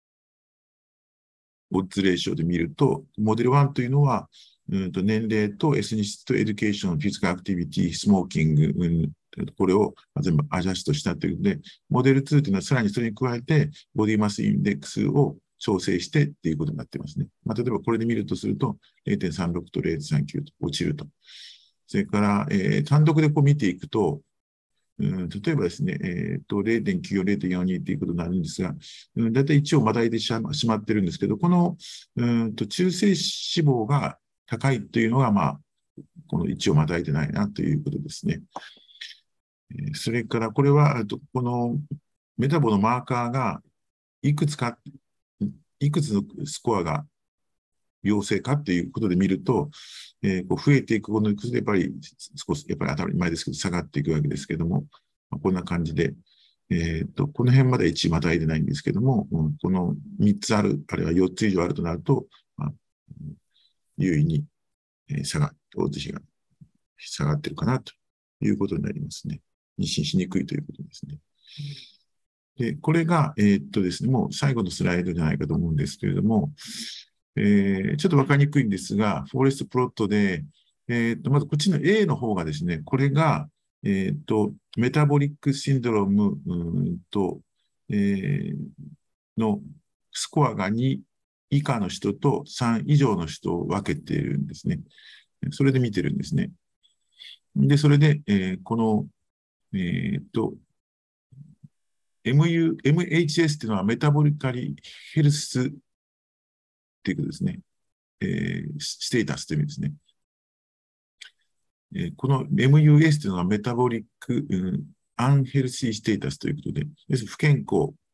オッズレーションで見ると、モデルいちというのは、うんと年齢とエスニシティとエデュケーション、フィジカルアクティビティ、スモーキング、うん、これを全部アジャストしたということで、モデルにというのはさらにそれに加えて、ボディマスインデックスを調整してっていうことになってますね。まあ、例えばこれで見るとすると、れいてんさんろくと れいてんさんきゅう と落ちると。それから、えー、単独でこう見ていくと、うん、例えばですね、えー、と れいてんきゅうよん、れいてんよんに ということになるんですが、うん、だいたいいちをまたいでしまってるんですけど、この、うんと中性脂肪が高いというのが、まあ、このいちをまたいでないなということですね。えー、それから、これは、このメタボのマーカーがいくつか、いくつのスコアが陽性かっていうことで見ると、えー、こう増えていくことにやっぱり少し、やっぱり当たり前ですけど、下がっていくわけですけども、まあ、こんな感じで、えー、とこの辺までいちまたいでないんですけども、うん、このみっつある、あるいはよっつ以上あるとなると、まあ、優位に下がって、大津比が下がってるかなということになりますね。妊娠しにくいということですね。で、これが、えー、っとですね、もう最後のスライドじゃないかと思うんですけれども、えー、ちょっとわかりにくいんですが、フォレストプロットで、えー、とまずこっちの A の方がですね、これが、えー、とメタボリックシンドロームうんと、えー、のスコアがに以下の人とさん以上の人を分けているんですね。それで見てるんですね。で、それで、えー、この、えー、と エムユー、エムエイチエス っていうのはメタボリカリヘルスっていうことですね。えー、ステータスという意味ですね。えー、この エムユーエス というのはメタボリック、うん、アンヘルシーステータスということで、要するに不健康って、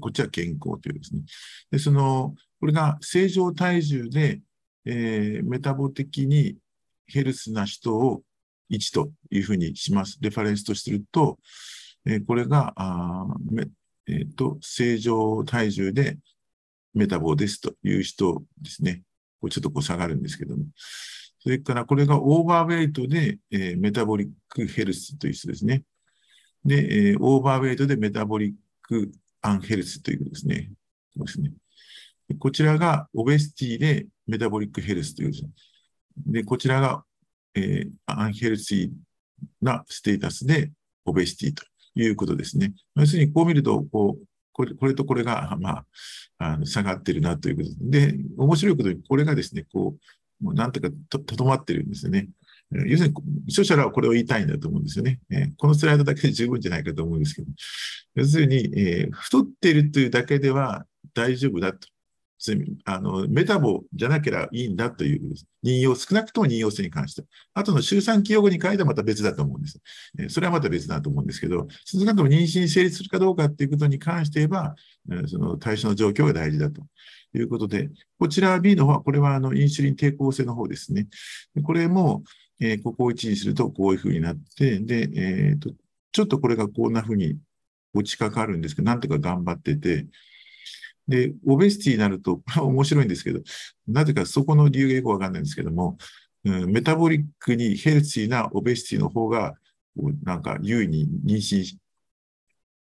こっちは健康というですね。で、その、これが正常体重で、えー、メタボ的にヘルスな人をいちというふうにします。レファレンスとすると、えー、これが、あえー、と正常体重でメタボですという人ですね。これちょっとこう下がるんですけども。それからこれがオーバーウェイトで、えー、メタボリックヘルスという人ですね。で、えー、オーバーウェイトでメタボリックアンヘルスということですね。こ, ですねこちらがオベシティでメタボリックヘルスということです。で、こちらが、えー、アンヘルシーなステータスでオベシティということですね。要するにこう見ると、こう、これこれとこれが、まあ、あの下がってるなということで、で、面白いことにこれがですね、こう、もうなんとかとどまってるんですよね。要するに、著者らはこれを言いたいんだと思うんですよね。えー、このスライドだけで十分じゃないかと思うんですけど、要するに、えー、太っているというだけでは大丈夫だと。あのメタボじゃなければいいんだという、任用、少なくとも任用性に関して。あとの周産期用語に関してはまた別だと思うんです。えー、それはまた別だと思うんですけど、少なくとも妊娠成立するかどうかということに関して言えば、えー、その対象の状況が大事だということで、こちら B の方は、これはあのインシュリン抵抗性の方ですね。これも、えー、ここをいちにするとこういうふうになって、で、えーと、ちょっとこれがこんなふうに落ちかかるんですけど、なんとか頑張ってて、で、オベシティになると、これは面白いんですけど、なぜかそこの理由がよくわかんないんですけども、うん、メタボリックにヘルシーなオベシティの方が、なんか優位に妊娠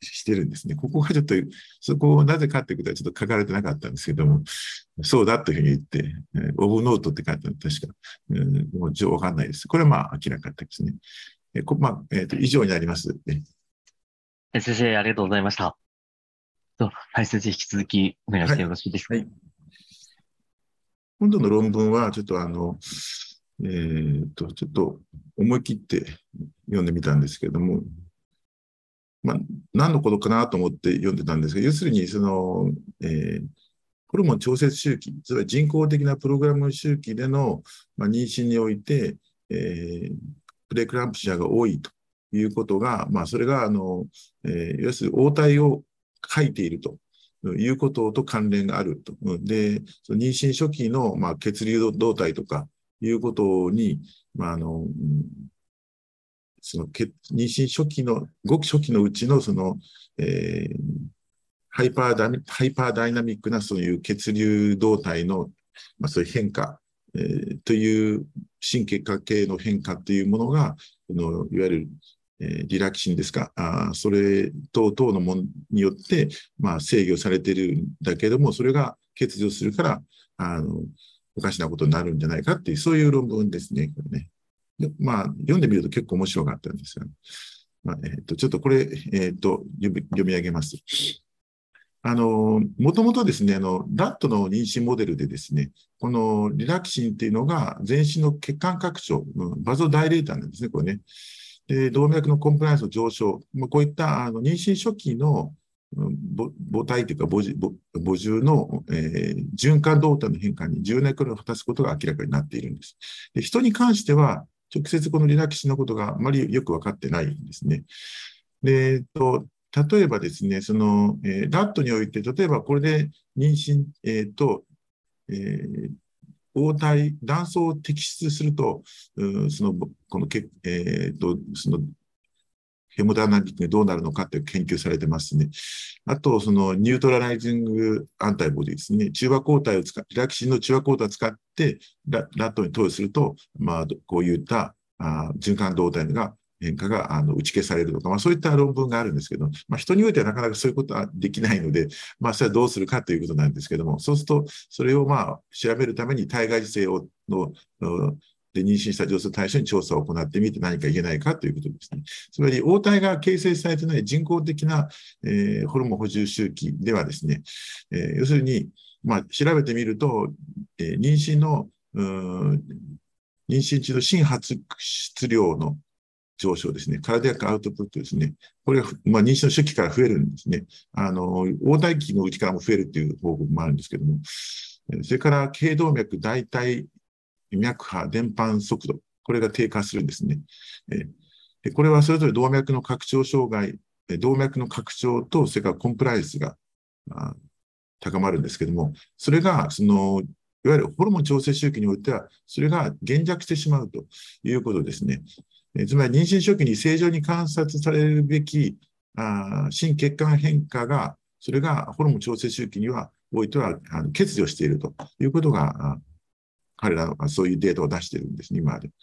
してるんですね。ここがちょっと、そこをなぜかっていうことはちょっと書かれてなかったんですけども、そうだというふうに言って、えー、オブノートって書いてあるの確か、えー、もうちょっとわかんないです。これはまあ明らかですね。えーこまあえーと、以上になります。 え先生、ありがとうございました。とはい、先生、引き続きお願いしてよろしいですか。 はい。はい、今度の論文は、ちょっとあの、えー、と、ちょっと思い切って読んでみたんですけれども、まあ、何のことかなと思って読んでたんですが、要するに、その、えー、ホルモン調節周期、つまり人工的なプログラム周期での、まあ、妊娠において、えー、プレクランプシアが多いということが、まあ、それが、あの、えー、要するに応体を書いているということと関連があると。で、その妊娠初期の、まあ、血流動態とかいうことに、まあ、あの、その妊娠初期の、ごく初期のうちの、その、えー、ハイパーダイハイパーダイナミックなそういう血流動態の、まあ、そういう変化、えー、という神経科系の変化というものが、のいわゆる、えー、リラキシンですか、あそれ等々のものによって、まあ、制御されているんだけども、それが欠如するから、あの、おかしなことになるんじゃないかっていう、そういう論文ですね、これね。でまあ、読んでみると結構面白かったんですが、まあえー、とちょっとこれ、えー、と読み、読み上げます。あの、もともとですね、あの、ラットの妊娠モデルでですね、このリラキシンっていうのが全身の血管拡張、うん、バゾダイレーターなんですね、これね。で、動脈のコンプライアンスの上昇、まあ、こういったあの妊娠初期の母体というか母母獣の、えー、循環動態の変化に重要な役割を果たすことが明らかになっているんです。で、人に関しては、直接このリラキシンのことがあまりよく分かってないんですね。で、えっと、例えばですね、その、えー、ラットにおいて、例えばこれで妊娠、えー、と、えー、黄体、卵巣を摘出すると、うん、その、このけ、えー、と、その、ヘモダイナミックにどうなるのかって研究されてますね。あと、そのニュートラライジングアンタイボディですね。中和抗体を使って、リラキシンの中和抗体を使ってラ、ラットに投与すると、まあ、こういったあ循環動態が変化があの打ち消されるとか、まあ、そういった論文があるんですけど、まあ、人においてはなかなかそういうことはできないので、まあ、それはどうするかということなんですけども、そうすると、それをまあ調べるために体外受精をので妊娠した女性を対象に調査を行ってみて何か言えないかということですね。つまり、黄体が形成されていない人工的な、えー、ホルモン補充周期ではですね、えー、要するに、まあ、調べてみると、えー、妊娠の、妊娠中の心発出量の上昇ですね。カラディアックアウトプットですね。これが、まあ、妊娠の初期から増えるんですね。あの、黄体期のうちからも増えるという報告もあるんですけども、それから、頸動脈大体脈波、伝播速度、これが低下するんですね。えこれはそれぞれ動脈の拡張障害、動脈の拡張と、それからコンプライアンスが高まるんですけども、それが、その、いわゆるホルモン調整周期においては、それが減弱してしまうということですね。えつまり、妊娠初期に正常に観察されるべきあ心血管変化が、それがホルモン調整周期にはおいてはあの欠如しているということが、彼らはそういうデータを出しているんですね、今まで。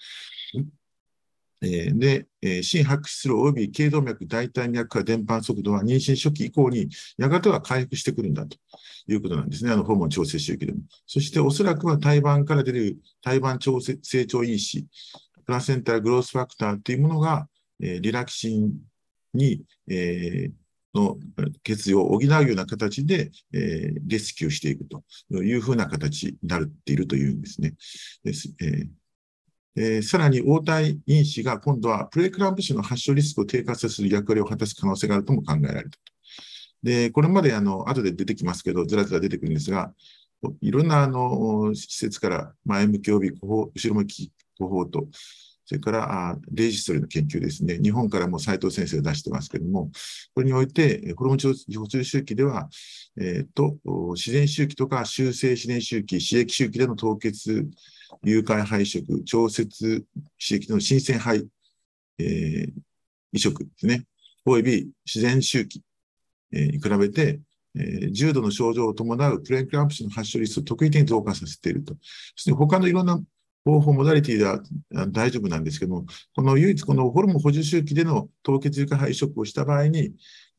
で、心拍出量及び頸動脈大腿脈波伝播速度は妊娠初期以降にやがては回復してくるんだということなんですね、あのホルモン調整周期でも。そしておそらくは胎盤から出る胎盤調整成長因子、プラセンタルグロースファクターというものが、リラキシンに、えーの血流を補うような形で、えー、レスキューしていくというふうな形になっているというんですね。ですえーえー、さらに黄体因子が今度はプレクランプ種の発症リスクを低下させる役割を果たす可能性があるとも考えられると。で、これまであの後で出てきますけど、ずらずら出てくるんですが、いろんなあの施設から前向き及び後ろ向きコホート、それからレジストリの研究ですね。日本からも斉藤先生が出してますけれども、これにおいて、ホルモン補充周期では、えー、と自然周期とか修正自然周期、刺激周期での凍結、誘拐配色、調節刺激の新鮮肺、えー、移植ですね。および自然周期、えー、に比べて、えー、重度の症状を伴うプレクランプ種の発症率を特異的に増加させていると。そして他のいろんな方法、モダリティでは大丈夫なんですけども、この唯一このホルモン補充周期での凍結誘拐配色をした場合に、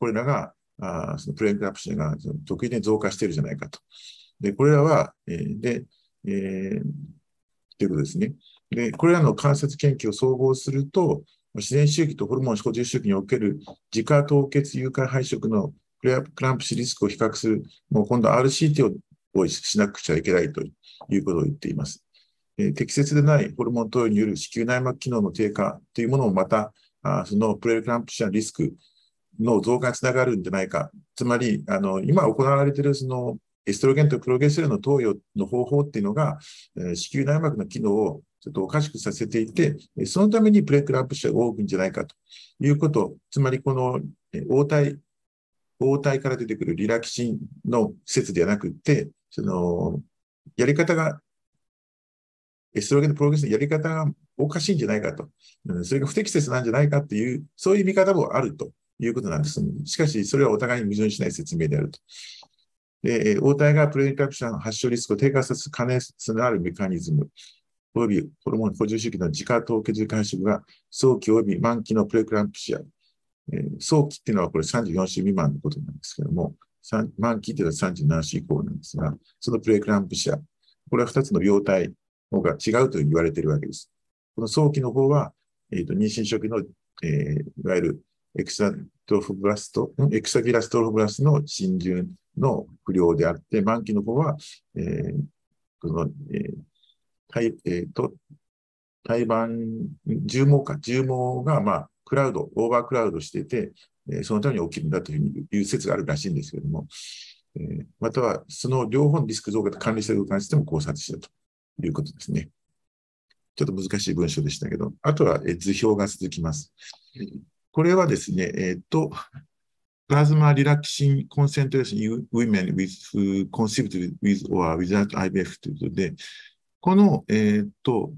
これらが、あそのプレエクランプシアが特異に増加しているじゃないかと。で、これらは、えー、で、えー、ということですね。で、これらの観察研究を総合すると、自然周期とホルモン補充周期における自家凍結誘拐配色のプレクランプシーリスクを比較する、もう今度 アールシーティー をしなくちゃいけないということを言っています。えー、適切でないホルモン投与による子宮内膜機能の低下というものもまた、あそのプレクランプシアリスクの増加につながるんじゃないか。つまり、あの今行われているそのエストロゲンとプロゲステロンの投与の方法っていうのが、えー、子宮内膜の機能をちょっとおかしくさせていて、そのためにプレクランプシアが多いんじゃないかということ、つまりこの黄体、黄体から出てくるリラキシンの説ではなくて、そのやり方が、エストロゲンとプロゲステロンのやり方がおかしいんじゃないかと、それが不適切なんじゃないかっていう、そういう見方もあるということなんです。しかし、それはお互いに矛盾しない説明であると。で、黄体がプレクランプシアの発症リスクを低下させる可能性のあるメカニズム、およびホルモン補充周期の自家凍結回縮が早期および満期のプレクランプシア、えー、早期っていうのはこれさんじゅうよん週未満のことなんですけども、満期っていうのはさんじゅうなな週以降なんですが、そのプレクランプシア、これはふたつの病態が違うと言われているわけです。この早期の方は、えー、と妊娠初期の、えー、いわゆるエクサトロフブラスト、エクサギラストロフブラスの浸潤の不良であって、満期の方は、えー、この、えー体、えー、と胎盤、重毛か、重毛が、まあ、クラウド、オーバークラウドしていて、えー、そのために起きるんだというふうにいう説があるらしいんですけれども、えー、または、その両方のリスク増加と管理性に関しても考察したということですね。ちょっと難しい文章でしたけど、あとは、えー、図表が続きます。これはですね、えっと、プラズマリラキシンコンセントレーション women with conceived with or without アイビーエフ ということで、この、えっと、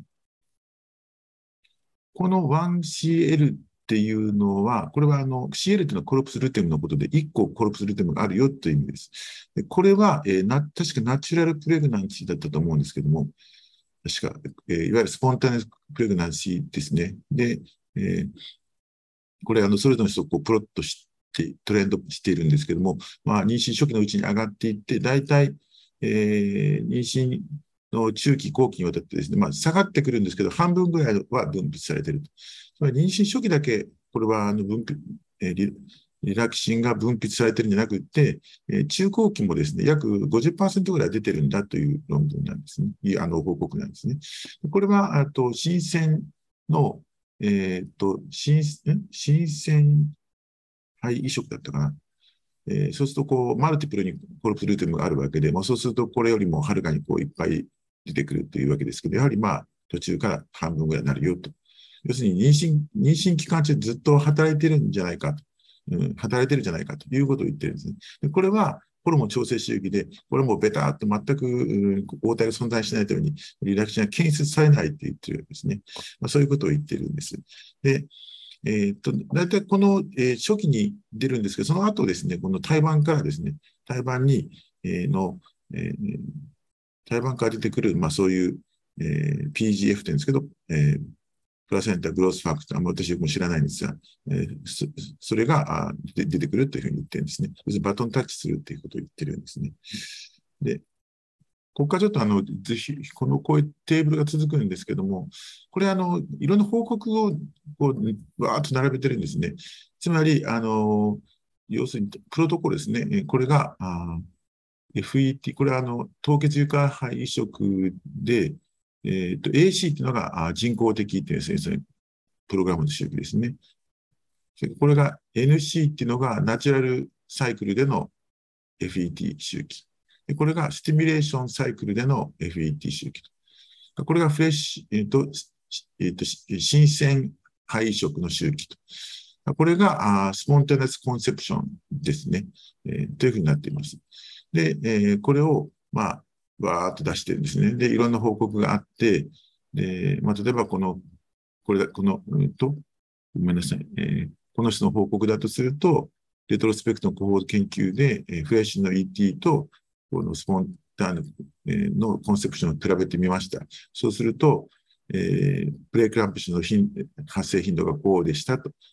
この ワンシーエル っていうのは、これはあの シーエル っていうのはコルプスルテムのことで、いっこコルプスルテムがあるよという意味です。でこれは、えー、な確かナチュラルプレグナンシーだったと思うんですけども、確か、えー、いわゆるスポンタネスプレグナンシーですね。で、えー、これあのそれぞれの人をこうプロットしてトレンドしているんですけども、まあ、妊娠初期のうちに上がっていって、大体、えー、妊娠の中期、後期にわたってですね、まあ、下がってくるんですけど、半分ぐらいは分泌されていると。つまり妊娠初期だけ、これはあの分泌、えー、リ, リラキシンが分泌されているんじゃなくて、えー、中後期もですね、約 ごじゅっパーセント ぐらい出てるんだという論文なんですね。いあの報告なんですね。これは、あと、新鮮の、えっ、ー、と、新、新鮮肺移植だったかな。えー、そうすると、こう、マルティプルにコルプスルーテムがあるわけで、もうそうすると、これよりもはるかにこういっぱい出てくるというわけですけど、やはりまあ、途中から半分ぐらいになるよと。要するに妊娠、妊娠期間中ずっと働いてるんじゃないかと、うん、働いてるんじゃないかということを言ってるんですね。でこれは、ホルモン調整周期で、これもベターっと全く、うん、抗体が存在しないために、リラクシンが検出されないと言ってるわけですね。まあ、そういうことを言ってるんです。で、えー、っと、大体この、えー、初期に出るんですけど、その後ですね、この胎盤からですね、胎盤に、えー、の、えー、胎盤から出てくる、まあそういう、えー、ピージーエフ って言うんですけど、えー、プラセンタグロースファクター、まあ、私も知らないんですが、えー、そ, それがあで出てくるというふうに言ってるんですね。別にバトンタッチするということを言ってるんですね。で、ここからちょっとあの、ぜひ、このこういうテーブルが続くんですけども、これあの、いろんな報告をこう、わーっと並べてるんですね。つまり、あの、要するに、プロトコルですね。これが、あ エフイーティー、これはあの、凍結床肺移植で、えっと、エーシー っていうのがあ人工的っていう先生、プログラムの周期ですね。これが エヌシー っていうのがナチュラルサイクルでの エフイーティー 周期。これがスティミュレーションサイクルでの エフイーティー 周期と。これがフレッシュ、えっと、えっと、新鮮肺移植の周期と。これがあスポンタネスコンセプションですね、えー。というふうになっています。で、えー、これを、まあ、わーっと出してるんですね。で、いろんな報告があって、で、まあ、例えばこの、これ、この、うんと、ごめんなさい、えー、この人の報告だとすると、レトロスペクトのコホート研究で、えー、フレッシュの イーティー と、このスポンターのコンセプションを比べてみました。そうすると、えー、プレクランプシの発生頻度がこうでしたと。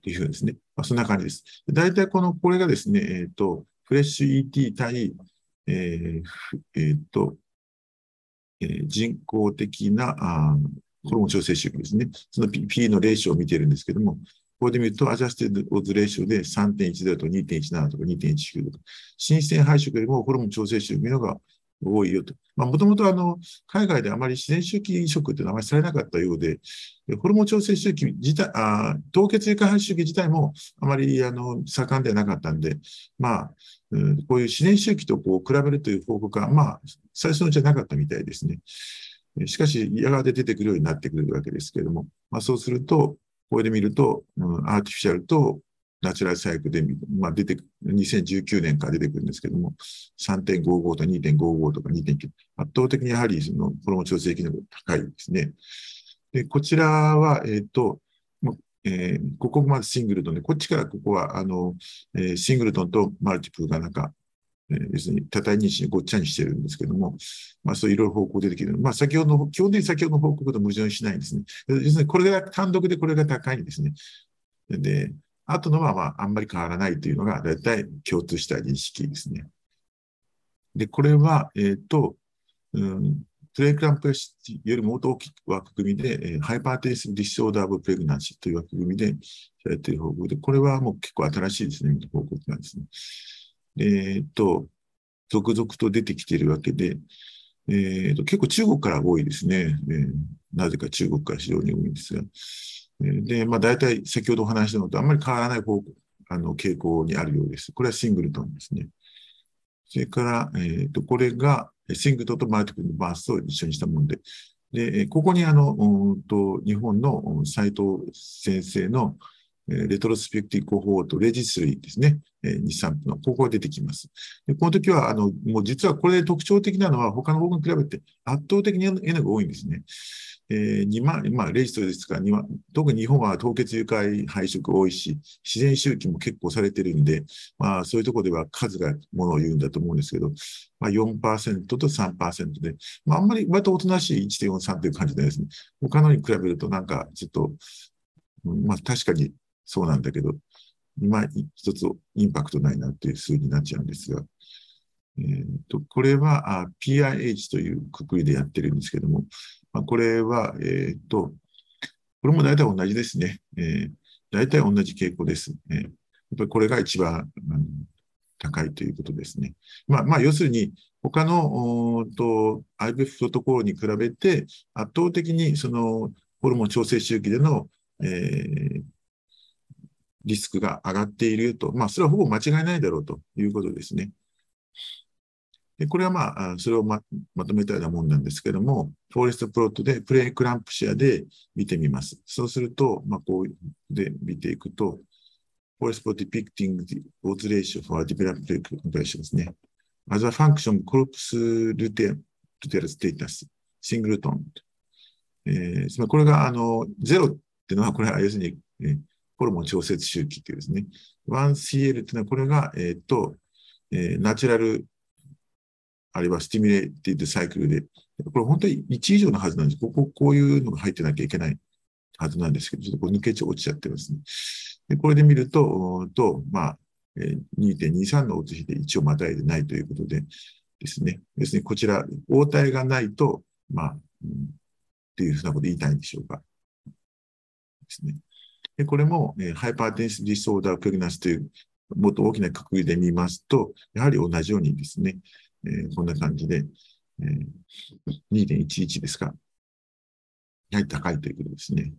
というふうですね。まあ、そんな感じです。大体この、これがですね、えっと、フレッシュ イーティー 対、えーえっと、えー人工的なあホルモン調整周期ですね。その P, P のレーションを見ているんですけども、ここで見ると、アジャステッドオズレーションで さんてんいちゼロ と にてんいちなな とか にてんいちきゅう とか、新鮮配色よりもホルモン調整周期のが多いよと。まあ、もともとあの、海外であまり自然周期移植っていうのはあまりされなかったようで、ホルモン調整周期自体、あ凍結床配周期自体もあまりあの盛んではなかったんで、まあ、うん、こういう自然周期とこう比べるという報告は、まあ、最初のうちはなかったみたいですね。しかし、やがて出てくるようになってくるわけですけれども、まあ、そうすると、これで見ると、うん、アーティフィシャルとナチュラルサイクルで、まあ、出て、にせんじゅうきゅうねんから出てくるんですけども、さんてんごご と にてんごご とか にてんきゅう、圧倒的にやはりそのホルモン調整機能が高いですね。で、こちらは、えっ、ー、と、えー、ここまでシングルトンで、こっちからここは、あの、えー、シングルトンとマルティプルがなんか、えー、要するに多体妊娠をごっちゃにしてるんですけども、まあそういういろいろ報告出てきてる。まあ先ほどの、基本的に先ほどの報告と矛盾しないんですね。要するにこれが単独でこれが高いんですね。で、あとのはまああんまり変わらないというのが大体共通した認識ですね。で、これは、えっ、ー、と、うん、プレイクランプよりもっと大きい枠組みで、ハイパーテンシブディスオーダーオブプレグナンシーという枠組みでされている報告で、これはもう結構新しいですね、報告なんですね。えっと、続々と出てきているわけで、えっと、結構中国から多いですね。えー、なぜか中国から非常に多いんですが。で、まあ大体先ほどお話したのとあんまり変わらない方あの傾向にあるようです。これはシングルトンですね。それから、えっと、これがシングルトンとマルティプルのバーストを一緒にしたもので、で、ここにあの、うんと日本の斉藤先生のレトロスペクティコホートレジストリーですね。に、さんぷんの、ここが出てきます。でこの時は、あの、もう実はこれ特徴的なのは、他の方に比べて圧倒的に N が多いんですね。えー、にまん、まあ、レジストリーですから、にまん、特に日本は凍結床配色多いし、自然周期も結構されてるんで、まあ、そういうところでは数がものを言うんだと思うんですけど、まあ、よんパーセント と さんパーセント で、まあ、あんまり割とおとなしい いってんよんさん という感じでですね、他のに比べるとなんかちょっと、まあ、確かにそうなんだけど、今一つインパクトないなという数になっちゃうんですが、えー、とこれはあ ピーアイエイチ というくくりでやってるんですけども、まあ、これは、えー、と、これも大体同じですね。えー、大体同じ傾向です。えー、やっぱりこれが一番、うん、高いということですね。まあ、まあ、要するに、他のと アイブイエフ プロトコルに比べて、圧倒的にそのホルモン調整周期での、えー、リスクが上がっていると。まあ、それはほぼ間違いないだろうということですね。でこれはまあ、それを ま, まとめたようなもんなんですけども、フォーレストプロットでプレイクランプシェアで見てみます。そうすると、まあ、こうで見ていくと、フォーレストプロット depicting the odds ratio for developed compression ですね。as a function of corpus luteal status, singleton。えー、つまりこれがあのゼロっていうのは、これは要するに、えーホルモン調節周期っていうですね。ワンシーエルっていうのは、これが、えっと、えー、ナチュラル、あるいはスティミュレーティッドサイクルで、これ本当にいち以上のはずなんです。ここ、こういうのが入ってなきゃいけないはずなんですけど、ちょっとこう抜け落ちちゃってますね。でこれで見ると、とまあ、にてんにさん の落ち比でいちをまたいでないということでですね。要するにこちら、応対がないと、まあ、うん、っていうふうなことを言いたいんでしょうか。ですね。でこれも、えー、ハイパーテンシブディスオーダープレグナンシーというもっと大きなくくりで見ますと、やはり同じようにですね、えー、こんな感じで、えー、にてんいちいち ですか。やはり高いということですね。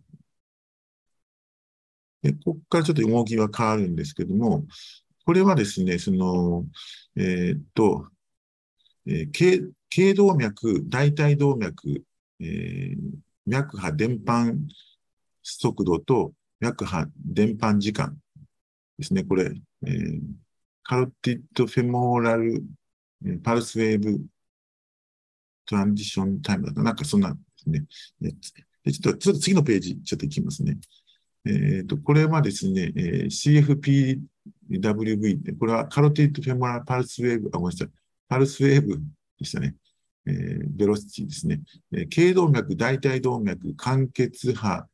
でここからちょっと動きは変わるんですけども、これはですね、その、えー、っと、えー、頸、頸動脈、大腿動脈、えー、脈波伝播速度と脈波伝播時間ですね。これ、えー、カロティッドフェモーラル、えー、パルスウェーブトランジションタイムだと、なんかそんなんですね。でちょっと、ちょっと次のページ、ちょっといきますね。えっと、これはですね、えー、シーエフピーダブリューブイ って、これはカロティッドフェモーラルパルスウェーブ、あ、ごめんなさい。パルスウェーブでしたね。えー、ベロシティですね。えー、頸動脈、大腿動脈、間欠波、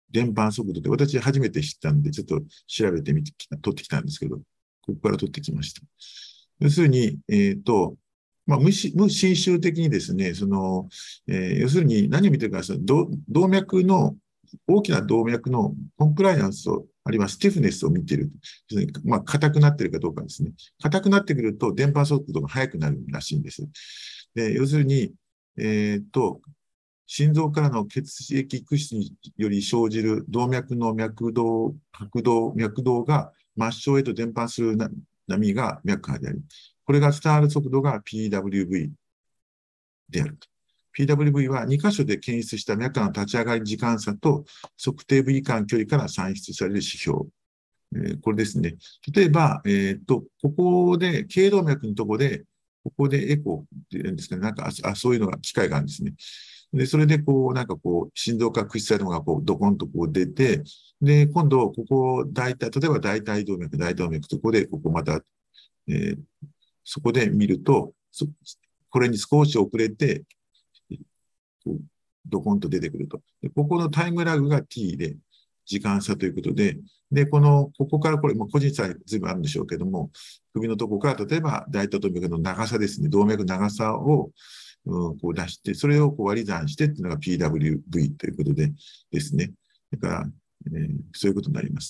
伝播速度で、私初めて知ったんで、ちょっと調べてみてきた、取ってきたんですけど、ここから取ってきました。要するに、えっと、まあ、無し無侵襲的にですね、その、えー要するに何を見てるか、その動動脈の、大きな動脈のコンプライアンスを、あるいはスティフネスを見ている。要するにまあ、硬くなっているかどうかですね。硬くなってくると、伝播速度が速くなるらしいんです。で要するに、えっと、心臓からの血液屈出により生じる動脈の脈動、拍動、脈動が末梢へと伝播する波が脈波であり、これが伝わる速度が ピーダブリューブイ であると。ピーダブリューブイ はに箇所で検出した脈波の立ち上がり時間差と測定部位間距離から算出される指標。えーこれですね。例えば、えーっと、ここで、頸動脈のところで、ここでエコーって言うんですかね。なんか、あ、そういうのが、機械があるんですね。で、それで、こう、なんかこう、心臓から屈出されたのが、こう、ドコンとこう出て、で、今度、ここ、大体、例えば大腿動脈、大動脈、そこで、ここまた、えーそこで見ると、そこれに少し遅れて、こうドコンと出てくると。で、ここのタイムラグが t で、時間差ということで、で、この、ここからこれ、もう個人差ずいぶんあるんでしょうけども、首のところから、例えば大動脈の長さですね、動脈の長さを、うん、こう出して、それをこう割り算してっていうのが ピーダブリューブイ ということでですね。だから、えーそういうことになります。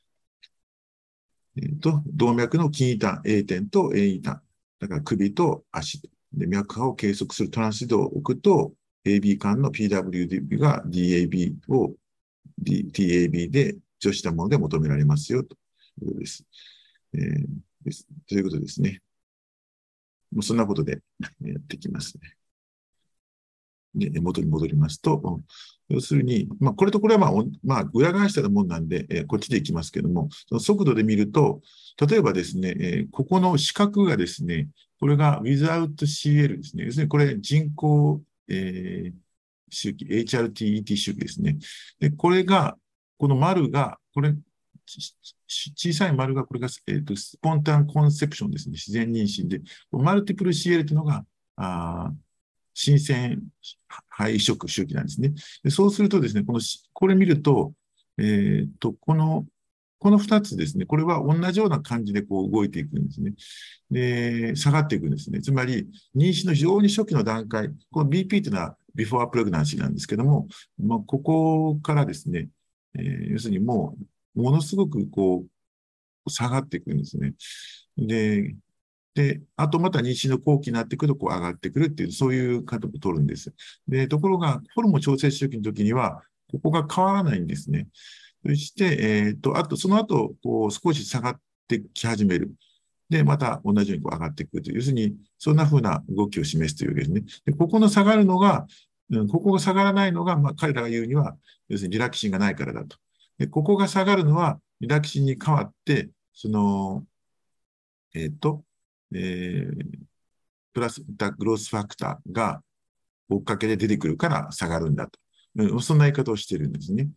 えーと、動脈の筋位端 A 点と エーイー 端。だから首と足で脈波を計測するトランシードを置くと、エービー 間の ピーダブリューブイ が ディーエービー を ティーエービー で除したもので求められますよということです。えー、ですということですね。もうそんなことでやっていきますね。で、元に戻りますと、要するに、まあ、これとこれは、まあ、まあ、裏返したもんなんで、えーこっちでいきますけども、その速度で見ると、例えばですね、えーここの四角がですね、これが without シーエル ですね。要するにこれ人工、えー周期、エイチアールティーイーティー 周期ですね。で、これが、この丸が、これ、小さい丸が、これが、えーと、スポンタンコンセプションですね。自然妊娠で、マルティプル シーエル というのが、あ新鮮肺移植周期なんですね。でそうするとですね、この、これ見ると、えーと、この、この二つですね、これは同じような感じでこう動いていくんですね。で、下がっていくんですね。つまり、妊娠の非常に初期の段階、この ビーピー というのはビフォープレグナンシーなんですけども、まあ、ここからですね、えー要するにもう、ものすごくこう、下がっていくんですね。で、で、あとまた妊娠の後期になってくるとこう上がってくるっていう、そういう角度を取るんです。で、ところが、ホルモン調整周期の時には、ここが変わらないんですね。そして、えっと、あと、その後、こう、少し下がってき始める。で、また同じようにこう上がってくるという、要するに、そんな風な動きを示すというわけですね。で、ここの下がるのが、うん、ここが下がらないのが、まあ、彼らが言うには、要するにリラキシンがないからだと。で、ここが下がるのは、リラキシンに変わって、その、えっと、えープラスダグロースファクターが追っかけで出てくるから下がるんだと。うん、そんな言い方をしているんですね。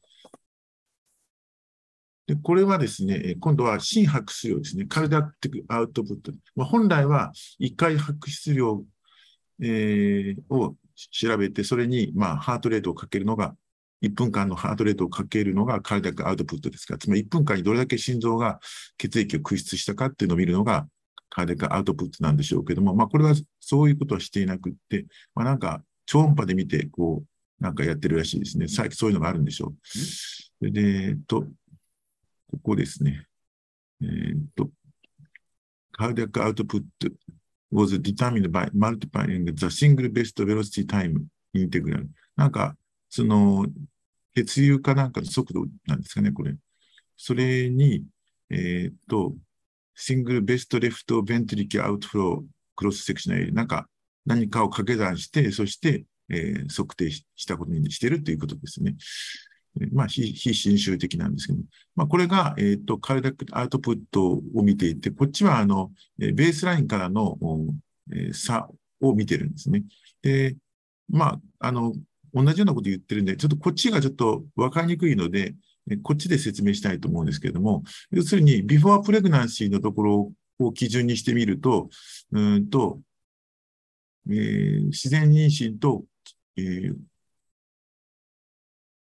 で、これはですね、今度は心拍出量ですね。カルダクティックアウトプット。まあ、本来はいっかい拍出量、えー、を調べて、それに、まあ、ハートレートをかけるのが、いっぷんかんのハートレートをかけるのがカルダックアウトプットですから、つまりいっぷんかんにどれだけ心臓が血液を駆出したかっていうのを見るのがカルダックアウトプットなんでしょうけども、まあ、これはそういうことはしていなくって、まあ、なんか超音波で見て、こう、なんかやってるらしいですね。最近そういうのがあるんでしょう。で、えっと、ここですね。えー、っと、cardiac output was determined by multiplying the single best velocity time integral。なんか、その、血流かなんかの速度なんですかね、これ。それに、えー、っと、single best left ventricular outflow cross sectional なんか、何かを掛け算して、そして、えー、測定したことにしているということですね。まあ、非、非侵襲的なんですけど、まあ、これが、えっと、カルダックアウトプットを見ていて、こっちは、あの、ベースラインからの、えー、差を見てるんですね。で、まあ、あの、同じようなこと言ってるんで、ちょっとこっちがちょっと分かりにくいので、こっちで説明したいと思うんですけれども、要するに、ビフォープレグナンシーのところを基準にしてみると、うんと、えー、自然妊娠と、えー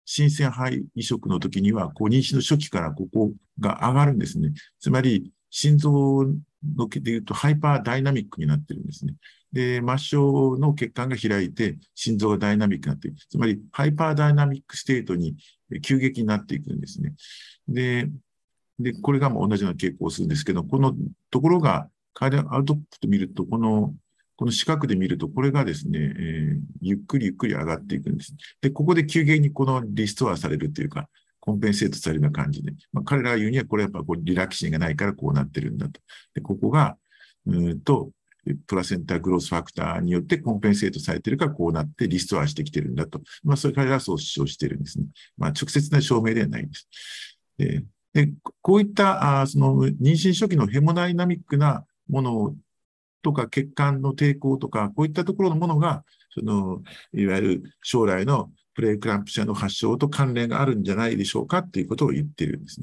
新鮮肺移植の時には、こう妊娠の初期からここが上がるんですね。つまり、心臓の毛でいうとハイパーダイナミックになってるんですね。で、末梢の血管が開いて、心臓がダイナミックになっている。つまり、ハイパーダイナミックステートに急激になっていくんですね。で、で、これがもう同じような傾向をするんですけど、このところが、カーディアアウトプット見ると、この、この四角で見ると、これがですね、えー、ゆっくりゆっくり上がっていくんです。で、ここで急激にこのリストアされるというか、コンペンセートされるような感じで、まあ、彼らが言うには、これやっぱこうリラキシンがないからこうなってるんだと。で、ここが、うんと、プラセンタグロースファクターによってコンペンセートされているからこうなってリストアしてきてるんだと。まあ、それ彼らはそう主張しているんですね。まあ、直接な証明ではないんです。で、でこういった、あその妊娠初期のヘモダイナミックなものとか血管の抵抗とか、こういったところのものが、その、いわゆる将来のプレエクランプシアの発症と関連があるんじゃないでしょうかっていうことを言っているんですね。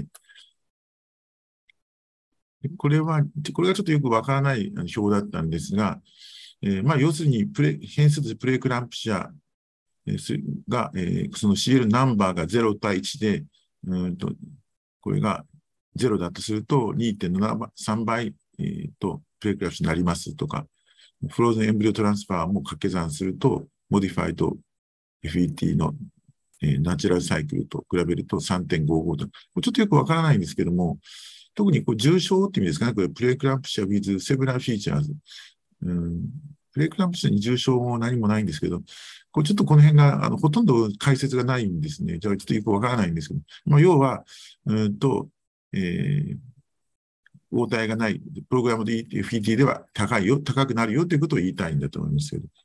これは、これがちょっとよくわからない表だったんですが、えー、まあ、要するにプレ、変数としてプレエクランプシアが、えー、その シーエル ナンバーがゼロ対いちで、うんと、これがゼロだとすると にてんななさんばい、えー、とプレクラプシになりますとか、フローズンエンブリオトランスファーも掛け算すると、モディファイド エフイーティー の、えー、ナチュラルサイクルと比べると さんてんごご と。ちょっとよくわからないんですけども、特にこう重症って意味ですかね、これプレクランプシア with several features。うん、プレクランプシアに重症も何もないんですけど、これちょっとこの辺が、あの、ほとんど解説がないんですね。じゃあちょっとよくわからないんですけど、まあ、要は、うんと、えー、応対がない、プログラムで エフイーティー では高いよ、高くなるよということを言いたいんだと思いますけど。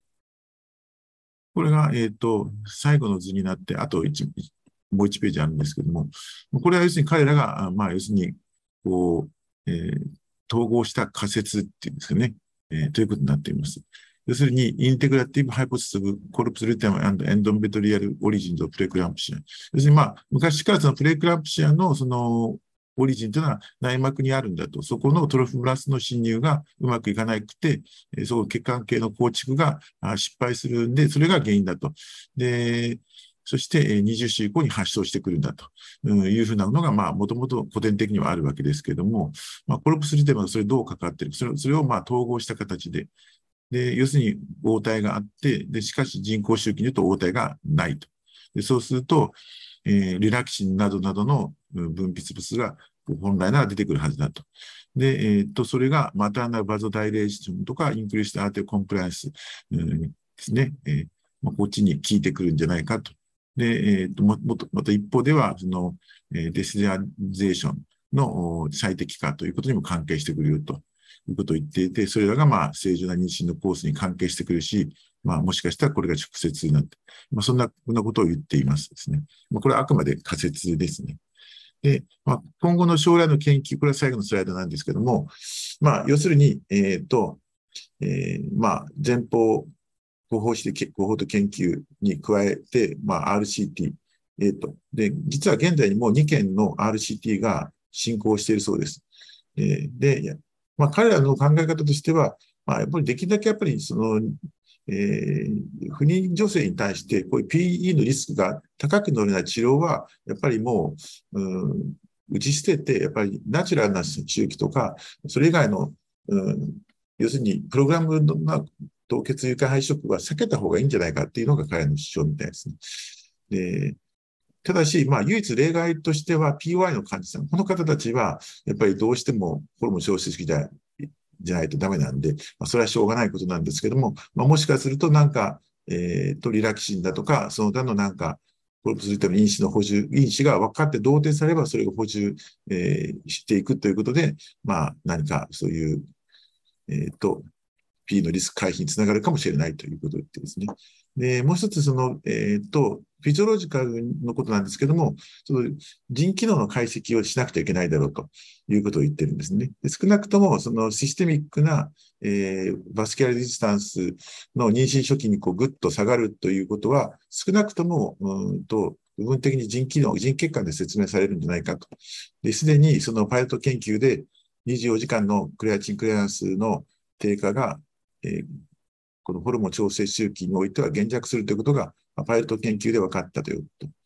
これが、えっと、最後の図になって、あと1、もういちページあるんですけども、これは要するに彼らが、まあ、要するに、こう、えー、統合した仮説っていうんですかね、えー、ということになっています。要するに、インテグラティブハイポテシスオブコルプスリテム&エンドメトリアルオリジンとプレクランプシア。要するに、まあ、昔からそのプレクランプシアのそのオリジンというのは内膜にあるんだと。そこのトロフムラスの侵入がうまくいかなくて、そこ血管系の構築が失敗するんで、それが原因だと。で、そしてにじゅっ週以降に発症してくるんだというふうなのが、まあ、もともと古典的にはあるわけですけれども、まあ、コルプスリテムがそれどう関わっているか、それそれをまあ統合した形で、で、要するに応対があって、で、しかし人工周期に言うと応対がないと。で、そうすると、えー、リラキシンなどなどの分泌物が本来なら出てくるはずだと。で、えー、っと、それがマターナルバゾダイレーションとか、インクリーストアーティコンプライアンス、うん、ですね。えーまあ、こっちに効いてくるんじゃないかと。で、えー、っと、もっと、また一方では、その、えー、デシデゼーションの最適化ということにも関係してくるよと。いうことを言っていて、それらがまあ正常な妊娠のコースに関係してくるし、まあもしかしたらこれが直接になって、まあそんな、こんなことを言っていますですね。まあこれはあくまで仮説ですね。で、まあ今後の将来の研究、これは最後のスライドなんですけども、まあ要するに、えっと、えー、まあ前方、後方して、後方と研究に加えて、まあ アールシーティー、えっと、で、実は現在にもうにけんの アールシーティー が進行しているそうです。えー、で、まあ、彼らの考え方としては、まあ、やっぱりできるだけやっぱりその、えー、不妊女性に対して、こういう ピーイー のリスクが高くなるような治療は、やっぱりもう、うん、打ち捨てて、やっぱりナチュラルな周期とか、それ以外の、うん、要するにプログラムの凍結誘拐肺移植は避けた方がいいんじゃないかっていうのが彼の主張みたいですね。でただし、まあ、唯一例外としては ピーワイ の患者さん。この方たちは、やっぱりどうしてもホルモン調節式じゃじゃないとダメなんで、まあ、それはしょうがないことなんですけども、まあ、もしかするとなんか、えっと、リラキシンだとか、その他のなんか、コルプスリテム因子の補充、因子が分かって同定されれば、それが補充、えー、していくということで、まあ、何かそういう、えっと、P のリスク回避につながるかもしれないということを言ってですね。で、もう一つ、その、えっと、フィジオロジカルのことなんですけども、その腎機能の解析をしなくてはいけないだろうということを言ってるんですね。で少なくとも、そのシステミックな、えー、バスキュラルディスタンスの妊娠初期にこうグッと下がるということは、少なくとも、うんと、部分的に腎機能、腎血管で説明されるんじゃないかと。で、すでにそのパイロット研究でにじゅうよじかんのクレアチンクレアランスの低下が、えーこのホルモン調整周期においては減弱するということが、パイロット研究で分かったということ。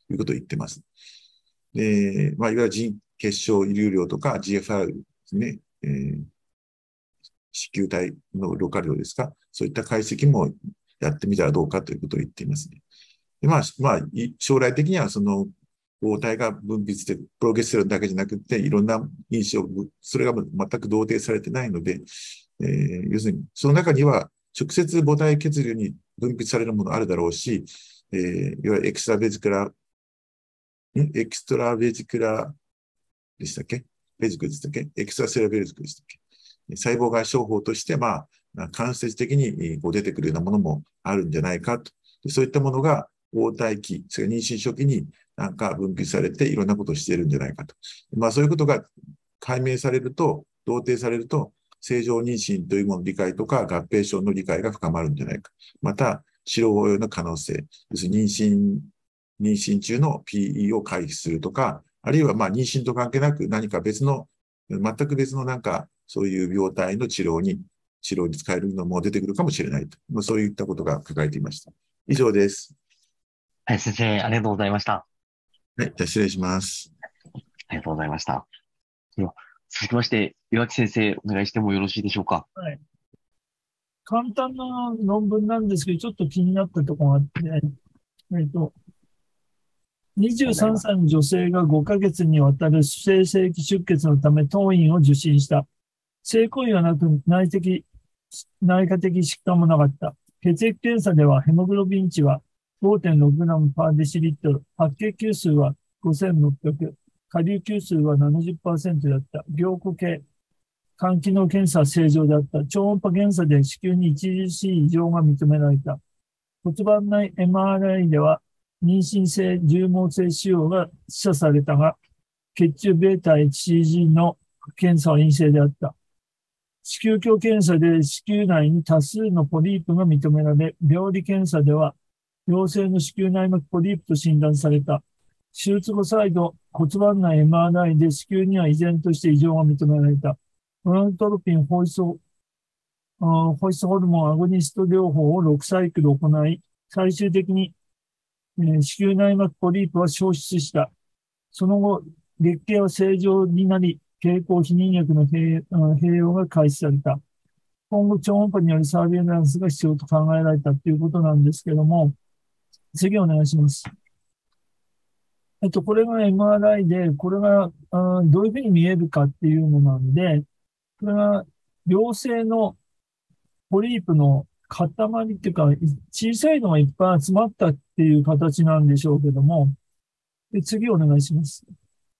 いうことを言ってます。で、まあ、いわゆる腎結晶遺留量とか ジーエフアール ですね、えー、子宮体のろ過量ですか、そういった解析もやってみたらどうかということを言っていますね。でまあ、まあ、将来的にはその黄体が分泌して、プロゲステロンだけじゃなくて、いろんな因子を、それが全く同定されてないので、えー、要するに、その中には直接母体血流に分泌されるものあるだろうし、えー、いわゆるエクストラベジクラ、んエクストラベジクラでしたっけベジクルでしたっけエクストラセルベジクルでしたっけ細胞外商法として、まあ、間接的にこう出てくるようなものもあるんじゃないかと。そういったものが、黄体期、それから妊娠初期になんか分泌されていろんなことをしているんじゃないかと。まあそういうことが解明されると、同定されると、正常妊娠というものの理解とか合併症の理解が深まるんじゃないか。また、治療応用の可能性、要するに妊娠、妊娠中の ピーイー を回避するとか、あるいはまあ妊娠と関係なく何か別の、全く別のなんかそういう病態の治療に、治療に使えるのも出てくるかもしれないと。まあ、そういったことが書かれていました。以上です。 はい、先生、ありがとうございました。 はい、じゃあ失礼します。 ありがとうございました。では、続きまして、岩木先生、お願いしてもよろしいでしょうか。 はい。簡単な論文なんですけど、ちょっと気になったところがあって、えっと、にじゅうさんさいの女性がごかげつにわたる不正性器出血のため当院を受診した。性行為はなく内的、内科的疾患もなかった。血液検査ではヘモグロビン値は ごてんろくグラム パーデシリットル、白血球数はごせんろっぴゃく、下流球数は ななじゅっパーセント だった。凝固系、肝機能検査は正常であった。超音波検査で子宮に著しい異常が認められた。骨盤内 エムアールアイ では妊娠性重毛性腫瘍が示唆されたが、血中ベータ エイチシージー の検査は陰性であった。子宮鏡検査で子宮内に多数のポリープが認められ、病理検査では陽性の子宮内膜ポリープと診断された。手術後再度骨盤内 エムアールアイ で子宮には依然として異常が認められた。ゴナドトロピンホイソ、ホイスホルモンアゴニスト療法をろくサイクル行い、最終的に、えー、子宮内膜ポリープは消失した。その後、月経は正常になり、経口避妊薬の併用が開始された。今後、超音波によるサーベイランスが必要と考えられたということなんですけども、次お願いします。えっと、これが エムアールアイ で、これがあどういうふうに見えるかっていうのなんで、これが良性のポリープの塊っていうか、小さいのがいっぱい集まったっていう形なんでしょうけども、で次お願いします。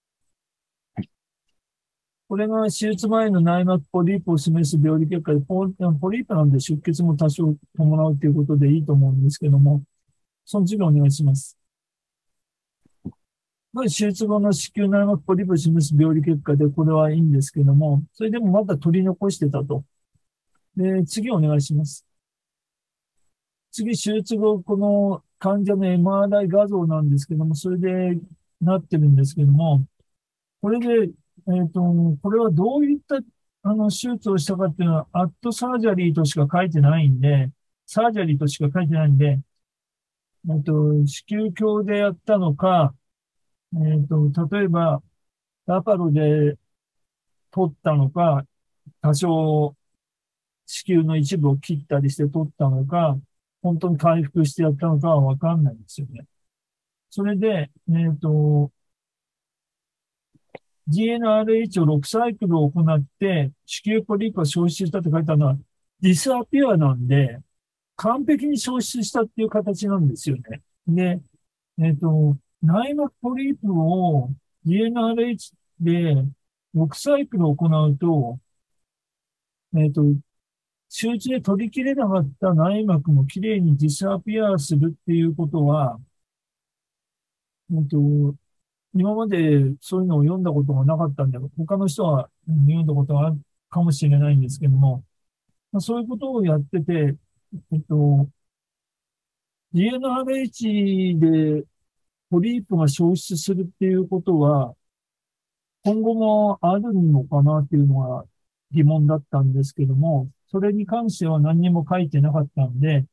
これが手術前の内膜ポリープを示す病理結果で、ポリープなんで出血も多少伴うということでいいと思うんですけども、その次お願いします。手術後の子宮内膜ポリープを示す病理結果で、これはいいんですけども、それでもまだ取り残してたと。で、次お願いします。次、手術後、この患者の エムアールアイ 画像なんですけども、それでなってるんですけども、これで、えっと、これはどういったあの手術をしたかっていうのは、アットサージャリーとしか書いてないんで、サージャリーとしか書いてないんで、えっと、子宮鏡でやったのか、えっと、例えば、ラパロで取ったのか、多少子宮の一部を切ったりして取ったのか、本当に回復してやったのかはわかんないんですよね。それで、えっと、ディーエヌアールエイチ をろくサイクルを行って、子宮ポリープが消失したって書いてあるのは、ディスアピアなんで、完璧に消失したっていう形なんですよね。で、えっと、内膜ポリープを ディーエヌアールエイチ でろくサイクルを行うと、えっと、手術で取り切れなかった内膜もきれいにディスアピアするっていうことは、えっと、今までそういうのを読んだことがなかったんで、他の人は読んだことがあるかもしれないんですけども、まあ、そういうことをやってて、えっと、ディーエヌアールエイチ でポリープが消失するっていうことは、今後もあるのかなっていうのが疑問だったんですけども、それに関しては何にも書いてなかったんで、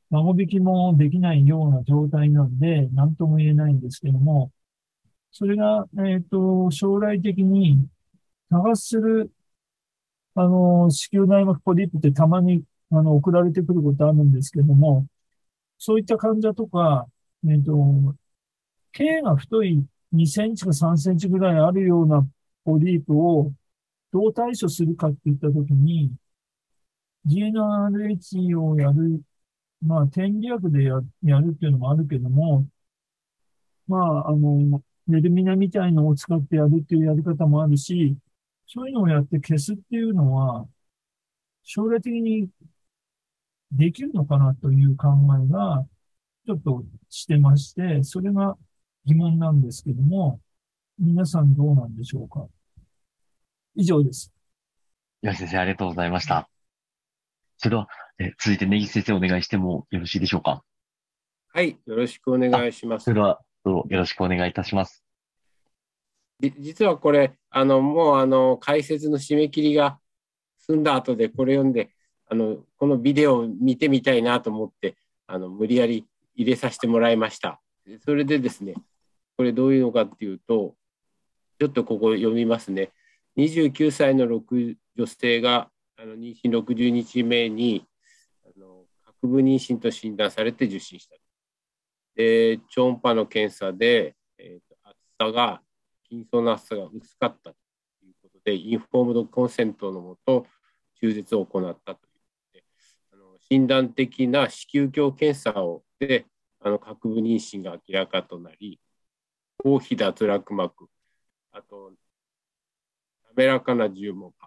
孫引きもできないような状態なんで、何とも言えないんですけども、それが、えっと、将来的に多発する、あの、子宮内膜ポリープってたまに、あの、送られてくることあるんですけども、そういった患者とか、えっと、径が太いにセンチかさんセンチぐらいあるようなポリープをどう対処するかっていったときに、ジーエヌアールエイチ をやる、まあ、点鼻薬でや、やるっていうのもあるけども、まあ、あの、ネルミナみたいのを使ってやるっていうやり方もあるし、そういうのをやって消すっていうのは、将来的にできるのかなという考えが、ちょっとしてまして、それが疑問なんですけども、皆さんどうなんでしょうか。以上です。 岩井先生、ありがとうございました。それでは、え続いて根岸先生お願いしてもよろしいでしょうか。 はい、よろしくおあ、 願いします。 それでは、どうぞよろしくお願いいたします。 じ実はこれ、あのもうあの解説の締め切りが済んだ後で、これ読んで、あのこのビデオを見てみたいなと思って、あの無理やり入れさせてもらいました。それでですね、これどういうのかっていうと、ちょっとここ読みますね。にじゅうきゅうさいの女性があの妊娠ろくじゅうにちめにあの核部妊娠と診断されて受診した。で、超音波の検査で、えーと、厚さが、筋層の厚さが薄かったということで、インフォームドコンセントのもと、中絶を行ったということで、あの診断的な子宮鏡検査をで、あの核部妊娠が明らかとなり、包皮脱落膜、あと、滑らかな重毛、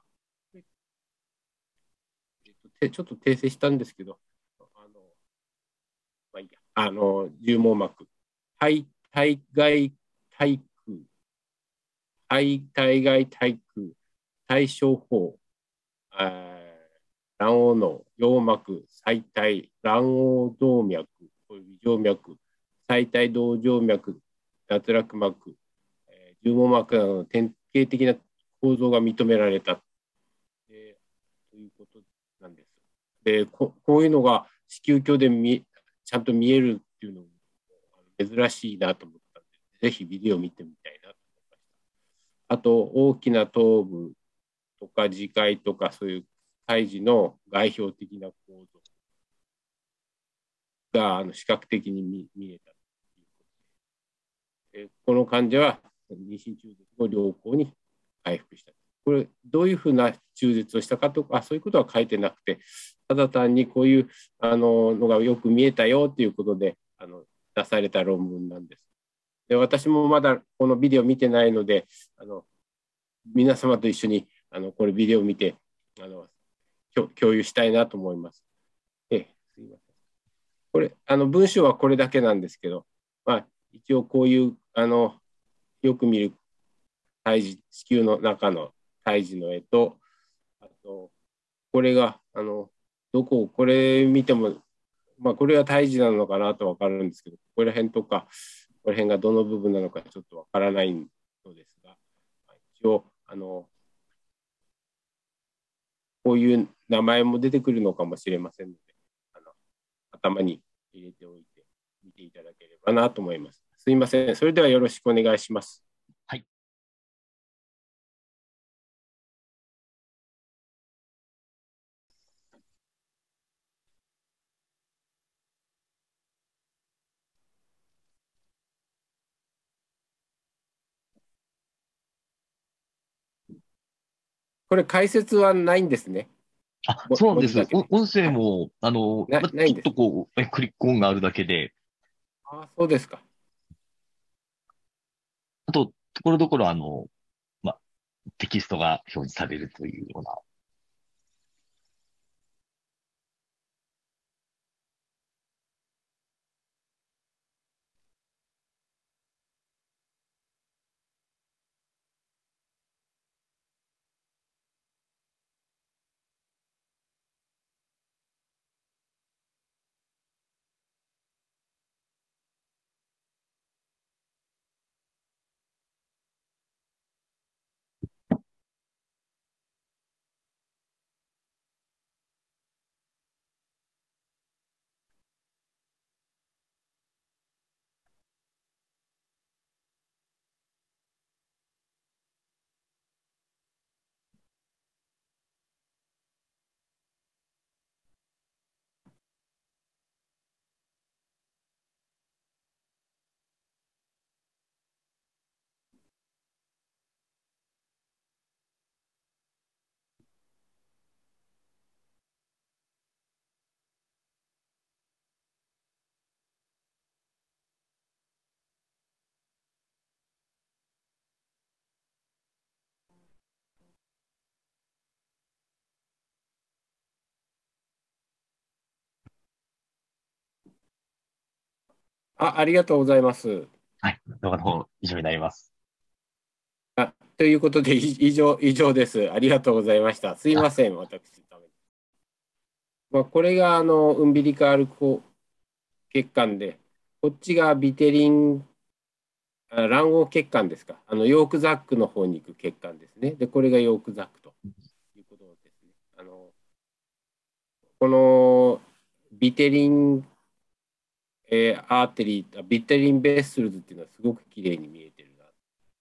えっと、ちょっと訂正したんですけど、あの、まあいいや、あの、重毛膜、体体外体空、体体外体空、対小法、卵黄の葉膜、最体、卵黄動脈、静脈、最体動静脈、脱落膜、えー、重毛膜などの典型的な構造が認められた、えー、ということなんです。でこ、こういうのが子宮鏡で見ちゃんと見えるっていうのも珍しいなと思ったので、ぜひビデオを見てみたいなと思いました。あと、大きな頭部とか耳介とか、そういう胎児の外表的な構造があの視覚的に 見, 見えたということで、この患者は妊娠中絶後良好に回復した。これ、どういうふうな中絶をしたかとか、そういうことは書いてなくて、ただ単にこういうあののがよく見えたよということであの出された論文なんです。で、私もまだこのビデオ見てないので、あの皆様と一緒にあのこれビデオを見てあの共有したいなと思います。えすいません。これあの文章はこれだけなんですけど、まあ、一応こういうあのよく見る胎児子宮の中の胎児の絵と、あとこれがあのどここれ見ても、まあ、これは胎児なのかなと分かるんですけど、ここら辺とかこの辺がどの部分なのかちょっと分からないのですが、一応あのこういう名前も出てくるのかもしれませんので、あの頭に入れておいて見ていただければなと思います。すいません。それではよろしくお願いします。 はい。 これ解説はないんですね。 あ、そうなんです。 文字だけで。 お音声も、あの、 なま、ちょっないんです。 とこう、えクリック音があるだけで、 あ、そうですか。 あと、ところどころ、あの、ま、テキストが表示されるというような。 あ、ありがとうございます。 はい。動画の方、以上になります。 あ、ということで、以上、以上です。ありがとうございました。すいません、私のために。まあ、これが、あの、ウンビリカル血管で、こっちがビテリン、あ卵黄血管ですか。あの、ヨークザックの方に行く血管ですね。で、これがヨークザックということですね。あの、このビテリン、えーアーテリー、ビテリンベッスルズっていうのはすごくきれいに見えてるな。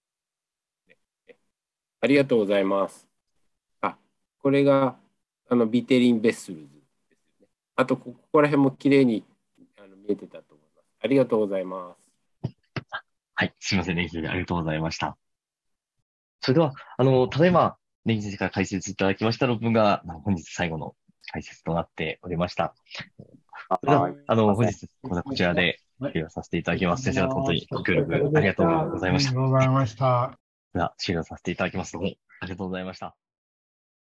ありがとうございます。あ、これがあのビテリンベッスルズですよね。あと、ここら辺もきれいにあの見えてたと思います。ありがとうございます。 はい。すみません。ネギ先生、ありがとうございました。それでは、あの、ただいま、ネギ先生から解説いただきました論文が、本日最後の解説となっておりました。それでは、あの、本日、こちらで、終了させていただきます。先生方、本当にご協力ありがとうございました。 ありがとうございました。 では、終了させていただきます。どうもありがとうございました。